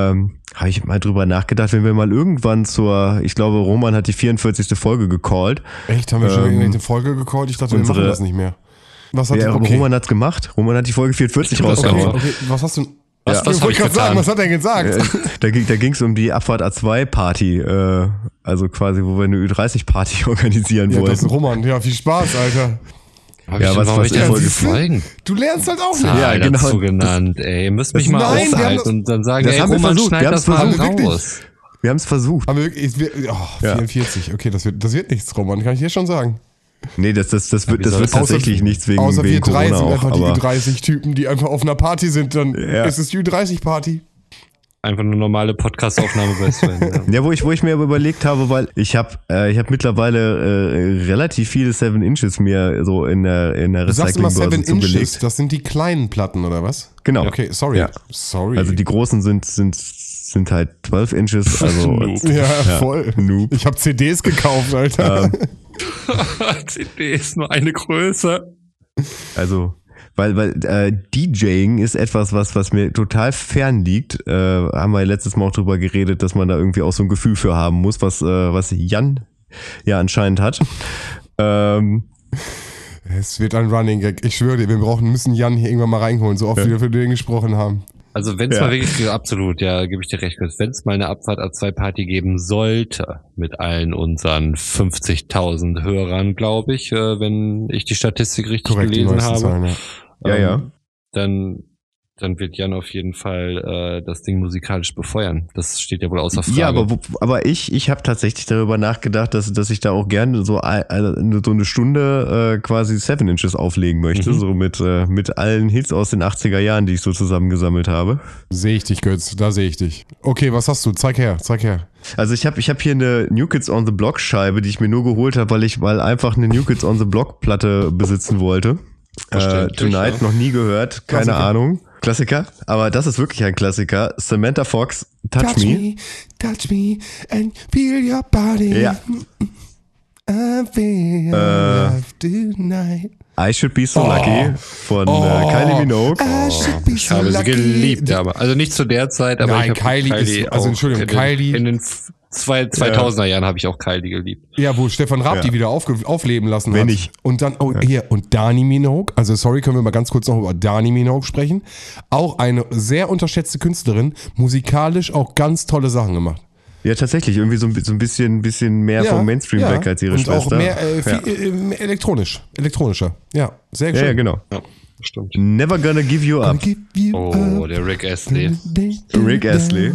habe ich mal drüber nachgedacht, wenn wir mal irgendwann ich glaube, Roman hat die 44. Folge gecallt. Echt? Haben wir schon eine Folge gecallt? Ich dachte, wir machen das nicht mehr. Was hat Roman hat's gemacht. Roman hat die Folge 44 rausgehauen. Okay, was hast du... Was habe ich getan? Sagen, was hat er gesagt? Da ging's um die Abfahrt A2-Party, also quasi, wo wir eine Ü30-Party organisieren wollten. Das ist Roman, ja, viel Spaß, Alter. Was ich voll gefallen? Du lernst halt auch nicht. Ja, genau. Dazu genannt, ey. Ihr müsst mich mal aushalten und dann sagen, das haben wir Roman, versucht. schneid das mal raus. Wir haben es versucht. Aber 44, okay, das wird nichts, Roman, kann ich dir schon sagen. Nee, das wird tatsächlich nichts wegen Außer wir drei Corona sind auch, einfach die Ü30-Typen, die einfach auf einer Party sind, dann ist es die Ü30-Party. Einfach eine normale Podcast-Aufnahme bei Sven. Ja, wo ich mir überlegt habe, weil ich hab mittlerweile relativ viele 7 Inches mir so in der Recyclingbörse zugelegt. 7 Inches, das sind die kleinen Platten, oder was? Genau. Okay, sorry. Ja. Sorry. Also die großen sind halt 12 Inches. Also, ja, voll. Noob. Ich habe CDs gekauft, Alter. CD ist nur eine Größe. Also, weil DJing ist etwas, was mir total fern liegt. Haben wir letztes Mal auch drüber geredet, dass man da irgendwie auch so ein Gefühl für haben muss, was Jan ja anscheinend hat. Es wird ein Running Gag. Ich schwöre dir, müssen Jan hier irgendwann mal reinholen, so oft wie wir für den gesprochen haben. Also wenn es mal wirklich, absolut, ja, gebe ich dir recht, wenn es mal eine Abfahrt A2-Party geben sollte, mit allen unseren 50.000 Hörern, glaube ich, wenn ich die Statistik richtig gelesen habe, Zahlen, dann wird Jan auf jeden Fall das Ding musikalisch befeuern. Das steht ja wohl außer Frage. Ja, aber ich habe tatsächlich darüber nachgedacht, dass ich da auch gerne so eine Stunde quasi 7 Inches auflegen möchte, so mit allen Hits aus den 80er Jahren, die ich so zusammengesammelt habe. Sehe ich dich, Götz, da sehe ich dich. Okay, was hast du? Zeig her. Also ich hab hier eine New Kids on the Block Scheibe, die ich mir nur geholt habe, weil einfach eine New Kids on the Block Platte besitzen wollte. Tonight, noch nie gehört, keine Ahnung. Klassiker, aber das ist wirklich ein Klassiker. Samantha Fox, Touch Me. Touch me and feel your body. Ja. I feel love tonight. I Should Be So Lucky von Kylie Minogue. Ich habe sie geliebt, aber also nicht zu der Zeit, aber nein, ich habe Kylie ist, also Entschuldigung, Kylie in den 2000er Jahren habe ich auch Kylie geliebt. Ja, wo Stefan Raab die wieder aufleben lassen hat. Wenn ich. Und dann, und Dani Minogue, also sorry, können wir mal ganz kurz noch über Dani Minogue sprechen. Auch eine sehr unterschätzte Künstlerin, musikalisch auch ganz tolle Sachen gemacht. Ja, tatsächlich, irgendwie so ein bisschen mehr vom Mainstream weg als ihre Schwester. Und auch mehr, viel elektronischer. Ja, sehr schön. Ja, genau. Ja, stimmt. Never Gonna Give You Up. Der Rick Astley. Rick Astley.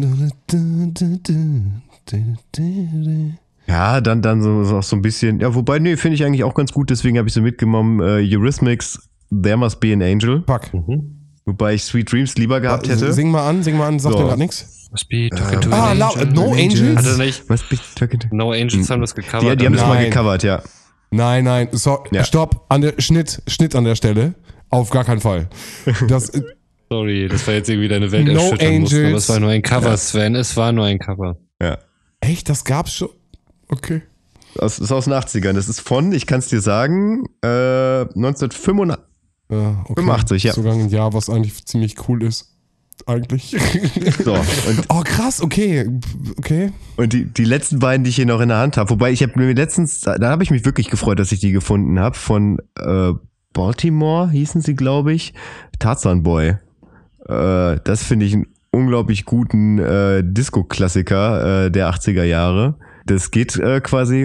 Ja, dann so ein bisschen, ja, wobei, nee, finde ich eigentlich auch ganz gut, deswegen habe ich so mitgenommen, Eurythmics, There Must Be an Angel. Fuck. Wobei ich Sweet Dreams lieber gehabt hätte. Sing mal an, sagt mir gerade nichts. Must be talking to an angel. No Angels? Hat er nicht? Must be talking to... No Angels haben das gecovert. Die haben das mal gecovert, ja. Nein, stopp, Schnitt an der Stelle. Auf gar keinen Fall. Sorry, das war jetzt irgendwie deine Welt erschüttern mussten, aber es war nur ein Cover, Sven, es war nur ein Cover. Ja. Echt, das gab's schon? Okay. Das ist aus den 80ern, das ist von, ich kann es dir sagen, 1985. Ja, okay. 85, ja. Sogar ein Jahr, was eigentlich ziemlich cool ist. Eigentlich. So, und krass, okay. Und die letzten beiden, die ich hier noch in der Hand habe, wobei ich habe mir letztens, da habe ich mich wirklich gefreut, dass ich die gefunden habe, von Baltimore hießen sie, glaube ich, Tarzan Boy. Das finde ich einen unglaublich guten Disco-Klassiker der 80er Jahre. Das geht quasi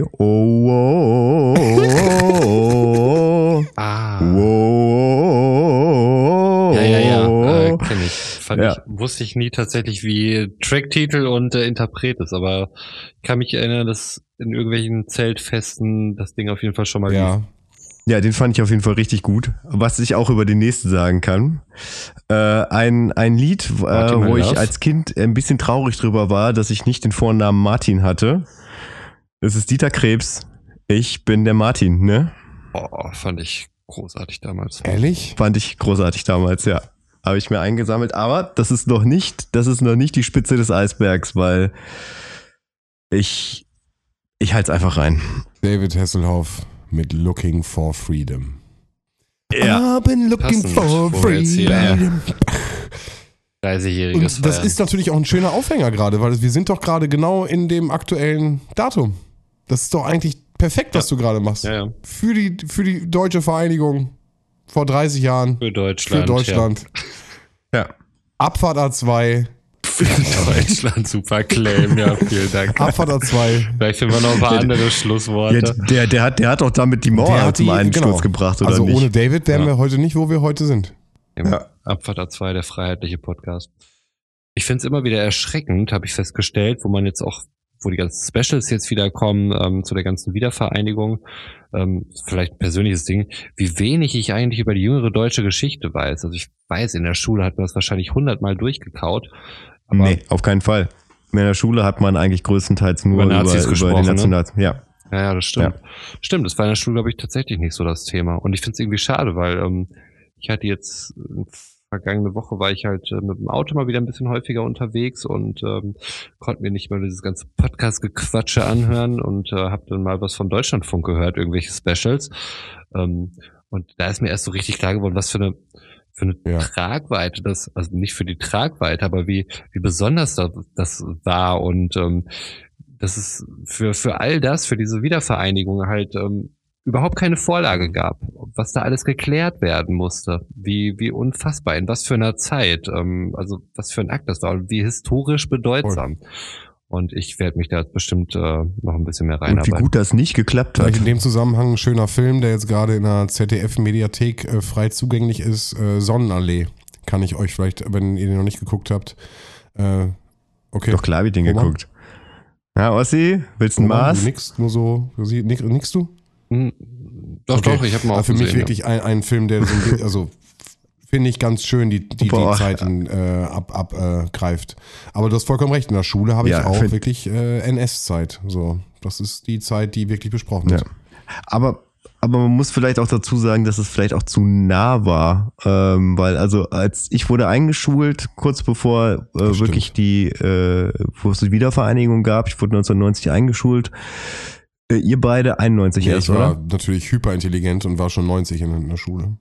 Ja, kenne ich. Wusste ich nie tatsächlich, wie Tracktitel und Interpret ist, aber ich kann mich erinnern, dass in irgendwelchen Zeltfesten das Ding auf jeden Fall schon mal lief. Ja, den fand ich auf jeden Fall richtig gut. Was ich auch über den nächsten sagen kann. Ein Lied, wo ich als Kind ein bisschen traurig drüber war, dass ich nicht den Vornamen Martin hatte. Das ist Dieter Krebs. Ich bin der Martin, ne? Oh, fand ich großartig damals. Ehrlich? Fand ich großartig damals, ja. Habe ich mir eingesammelt. Aber das ist noch nicht die Spitze des Eisbergs, weil ich halte es einfach rein. David Hasselhoff mit Looking for Freedom. Ja. I've been looking for freedom. 30-jähriges Und das ist natürlich auch ein schöner Aufhänger gerade, weil wir sind doch gerade genau in dem aktuellen Datum. Das ist doch eigentlich perfekt, was du gerade machst. Ja. Für die deutsche Vereinigung vor 30 Jahren. Für Deutschland. Ja. Abfahrt A2. Für Deutschland, super Claim, ja, vielen Dank. Abfahrt A2. Vielleicht finden wir noch ein paar andere Schlussworte. Der hat auch damit die Mauer zum Einsturz gebracht, oder also nicht? Also ohne David wären wir heute nicht, wo wir heute sind. Ja. Abfahrt A2, der freiheitliche Podcast. Ich finde es immer wieder erschreckend, habe ich festgestellt, wo die ganzen Specials jetzt wieder kommen, zu der ganzen Wiedervereinigung, vielleicht ein persönliches Ding, wie wenig ich eigentlich über die jüngere deutsche Geschichte weiß. Also ich weiß, in der Schule hat man das wahrscheinlich 100-mal durchgekaut. Aber nee, auf keinen Fall. In der Schule hat man eigentlich größtenteils nur über die Nationals. Ne? Ja, das stimmt. Ja. Stimmt, das war in der Schule, glaube ich, tatsächlich nicht so das Thema. Und ich finde es irgendwie schade, weil ich hatte jetzt vergangene Woche war ich halt mit dem Auto mal wieder ein bisschen häufiger unterwegs und konnte mir nicht mehr dieses ganze Podcast-Gequatsche anhören und habe dann mal was von Deutschlandfunk gehört, irgendwelche Specials. Und da ist mir erst so richtig klar geworden, was für eine Tragweite das, also nicht für die Tragweite, aber wie besonders das war und dass es für all das, für diese Wiedervereinigung halt überhaupt keine Vorlage gab, was da alles geklärt werden musste, wie unfassbar, in was für einer Zeit, also was für ein Akt das war und wie historisch bedeutsam. Und ich werde mich da bestimmt noch ein bisschen mehr reinarbeiten. Und wie gut das nicht geklappt hat. Vielleicht in dem Zusammenhang ein schöner Film, der jetzt gerade in der ZDF-Mediathek frei zugänglich ist, Sonnenallee. Kann ich euch vielleicht, wenn ihr den noch nicht geguckt habt, okay. Doch klar, wie den geguckt. Ja, Ossi, willst du ein Maß? Du nickst nur so, nickst du? Doch, ich habe mal auch für mich wirklich ein Film, der so also finde ich ganz schön die Zeiten abgreift. Aber du hast vollkommen recht, in der Schule habe ich auch wirklich NS-Zeit. So, das ist die Zeit, die wirklich besprochen wird. Aber man muss vielleicht auch dazu sagen, dass es vielleicht auch zu nah war, weil also als ich wurde eingeschult, kurz bevor wirklich wo es die Wiedervereinigung gab, ich wurde 1990 eingeschult. Ihr beide 91 erst, oder? Ich war natürlich hyperintelligent und war schon 90 in der Schule.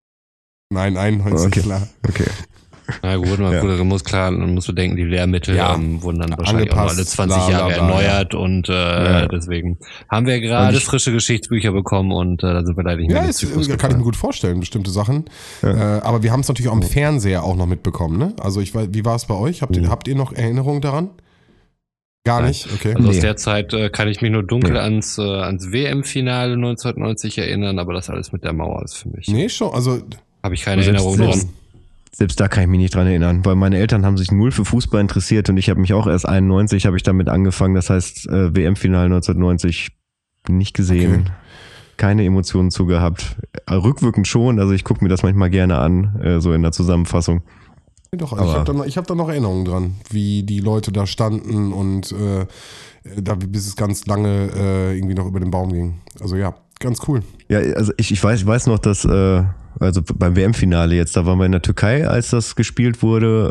Nein, 91, okay. Klar. Okay. Na gut, man muss bedenken, die Lehrmittel wurden dann wahrscheinlich auch alle 20 Jahre erneuert und deswegen haben wir gerade frische Geschichtsbücher bekommen und da sind wir leider nicht mehr kann ich mir gut vorstellen, bestimmte Sachen. Ja. Aber wir haben es natürlich auch im Fernseher auch noch mitbekommen, ne? Also wie war es bei euch? Habt ihr noch Erinnerungen daran? Gar nicht, okay. Also aus der Zeit kann ich mich nur dunkel ans WM-Finale 1990 erinnern, aber das alles mit der Mauer ist für mich. Nee, schon, also habe ich keine Erinnerung dran. Selbst da kann ich mich nicht dran erinnern, weil meine Eltern haben sich null für Fußball interessiert und ich habe mich auch erst 91 habe ich damit angefangen, das heißt WM-Finale 1990 nicht gesehen. Okay. Keine Emotionen zu gehabt. Rückwirkend schon, also ich gucke mir das manchmal gerne an, so in der Zusammenfassung. Doch, ich hab da noch Erinnerungen dran, wie die Leute da standen und bis es ganz lange irgendwie noch über den Baum ging. Also ja, ganz cool. Ja, also ich weiß noch, dass also beim WM-Finale jetzt, da waren wir in der Türkei, als das gespielt wurde,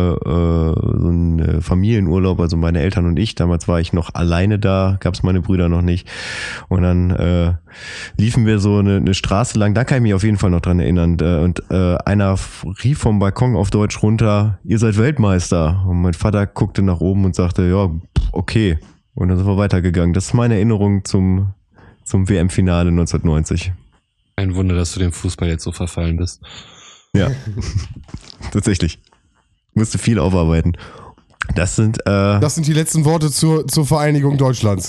so ein Familienurlaub, also meine Eltern und ich, damals war ich noch alleine da, gab es meine Brüder noch nicht und dann liefen wir so eine Straße lang, da kann ich mich auf jeden Fall noch dran erinnern und einer rief vom Balkon auf Deutsch runter, ihr seid Weltmeister und mein Vater guckte nach oben und sagte, ja, okay und dann sind wir weitergegangen. Das ist meine Erinnerung zum WM-Finale 1990. Ein Wunder, dass du dem Fußball jetzt so verfallen bist. Ja, tatsächlich. Musste viel aufarbeiten. Das sind die letzten Worte zur Vereinigung Deutschlands.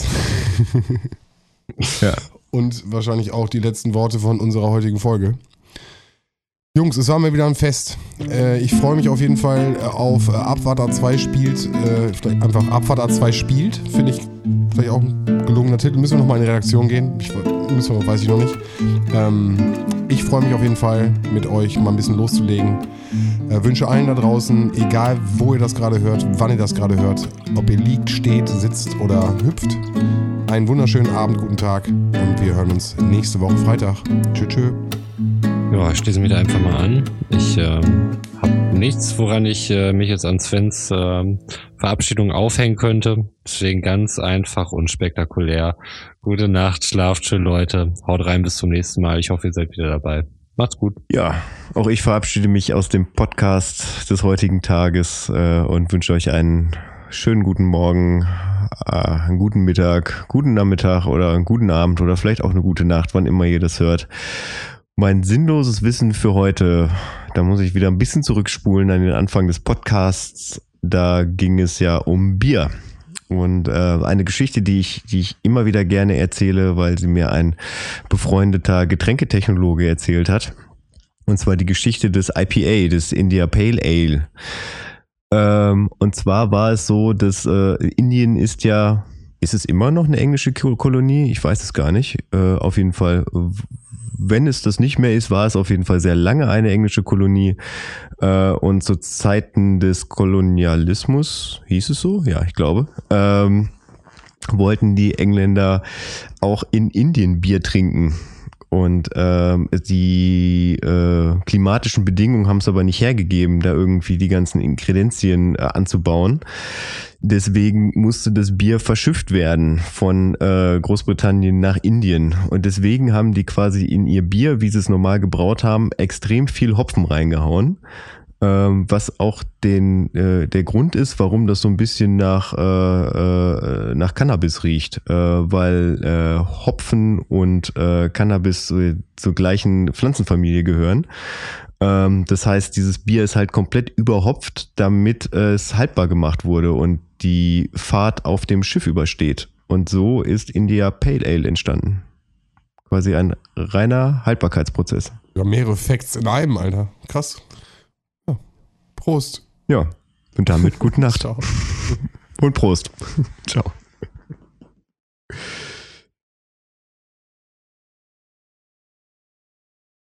Ja. Und wahrscheinlich auch die letzten Worte von unserer heutigen Folge. Jungs, es war mir wieder ein Fest. Ich freue mich auf jeden Fall auf Abfahrt A2 spielt. Vielleicht einfach Abfahrt A2 spielt. Finde ich vielleicht auch ein gelungener Titel. Müssen wir noch mal in die Redaktion gehen. Weiß ich noch nicht. Ich freue mich auf jeden Fall, mit euch mal ein bisschen loszulegen. Wünsche allen da draußen, egal wo ihr das gerade hört, wann ihr das gerade hört, ob ihr liegt, steht, sitzt oder hüpft, einen wunderschönen Abend, guten Tag und wir hören uns nächste Woche Freitag. Tschüss. Ja, ich schließe mich da einfach mal an. Ich habe nichts, woran ich mich jetzt an Svens Verabschiedung aufhängen könnte. Deswegen ganz einfach und spektakulär. Gute Nacht, schlaft schön, Leute. Haut rein, bis zum nächsten Mal. Ich hoffe, ihr seid wieder dabei. Macht's gut. Ja, auch ich verabschiede mich aus dem Podcast des heutigen Tages und wünsche euch einen schönen guten Morgen, einen guten Mittag, guten Nachmittag oder einen guten Abend oder vielleicht auch eine gute Nacht, wann immer ihr das hört. Mein sinnloses Wissen für heute, da muss ich wieder ein bisschen zurückspulen an den Anfang des Podcasts. Da ging es ja um Bier. Und eine Geschichte, die ich immer wieder gerne erzähle, weil sie mir ein befreundeter Getränketechnologe erzählt hat. Und zwar die Geschichte des IPA, des India Pale Ale. Und zwar war es so, dass Indien ist es immer noch eine englische Kolonie? Ich weiß es gar nicht. Auf jeden Fall, wenn es das nicht mehr ist, war es auf jeden Fall sehr lange eine englische Kolonie. Und zu Zeiten des Kolonialismus, hieß es so? Ja, ich glaube. Wollten die Engländer auch in Indien Bier trinken. Und die klimatischen Bedingungen haben es aber nicht hergegeben, da irgendwie die ganzen Inkredenzien anzubauen. Deswegen musste das Bier verschifft werden von Großbritannien nach Indien. Und deswegen haben die quasi in ihr Bier, wie sie es normal gebraut haben, extrem viel Hopfen reingehauen. Was auch der Grund ist, warum das so ein bisschen nach Cannabis riecht, weil Hopfen und Cannabis zur gleichen Pflanzenfamilie gehören. Das heißt, dieses Bier ist halt komplett überhopft, damit es haltbar gemacht wurde und die Fahrt auf dem Schiff übersteht. Und so ist India Pale Ale entstanden. Quasi ein reiner Haltbarkeitsprozess. Ja, mehrere Facts in einem, Alter. Krass. Ja. Prost. Ja, und damit gute Nacht. Ciao. Und Prost. Ciao.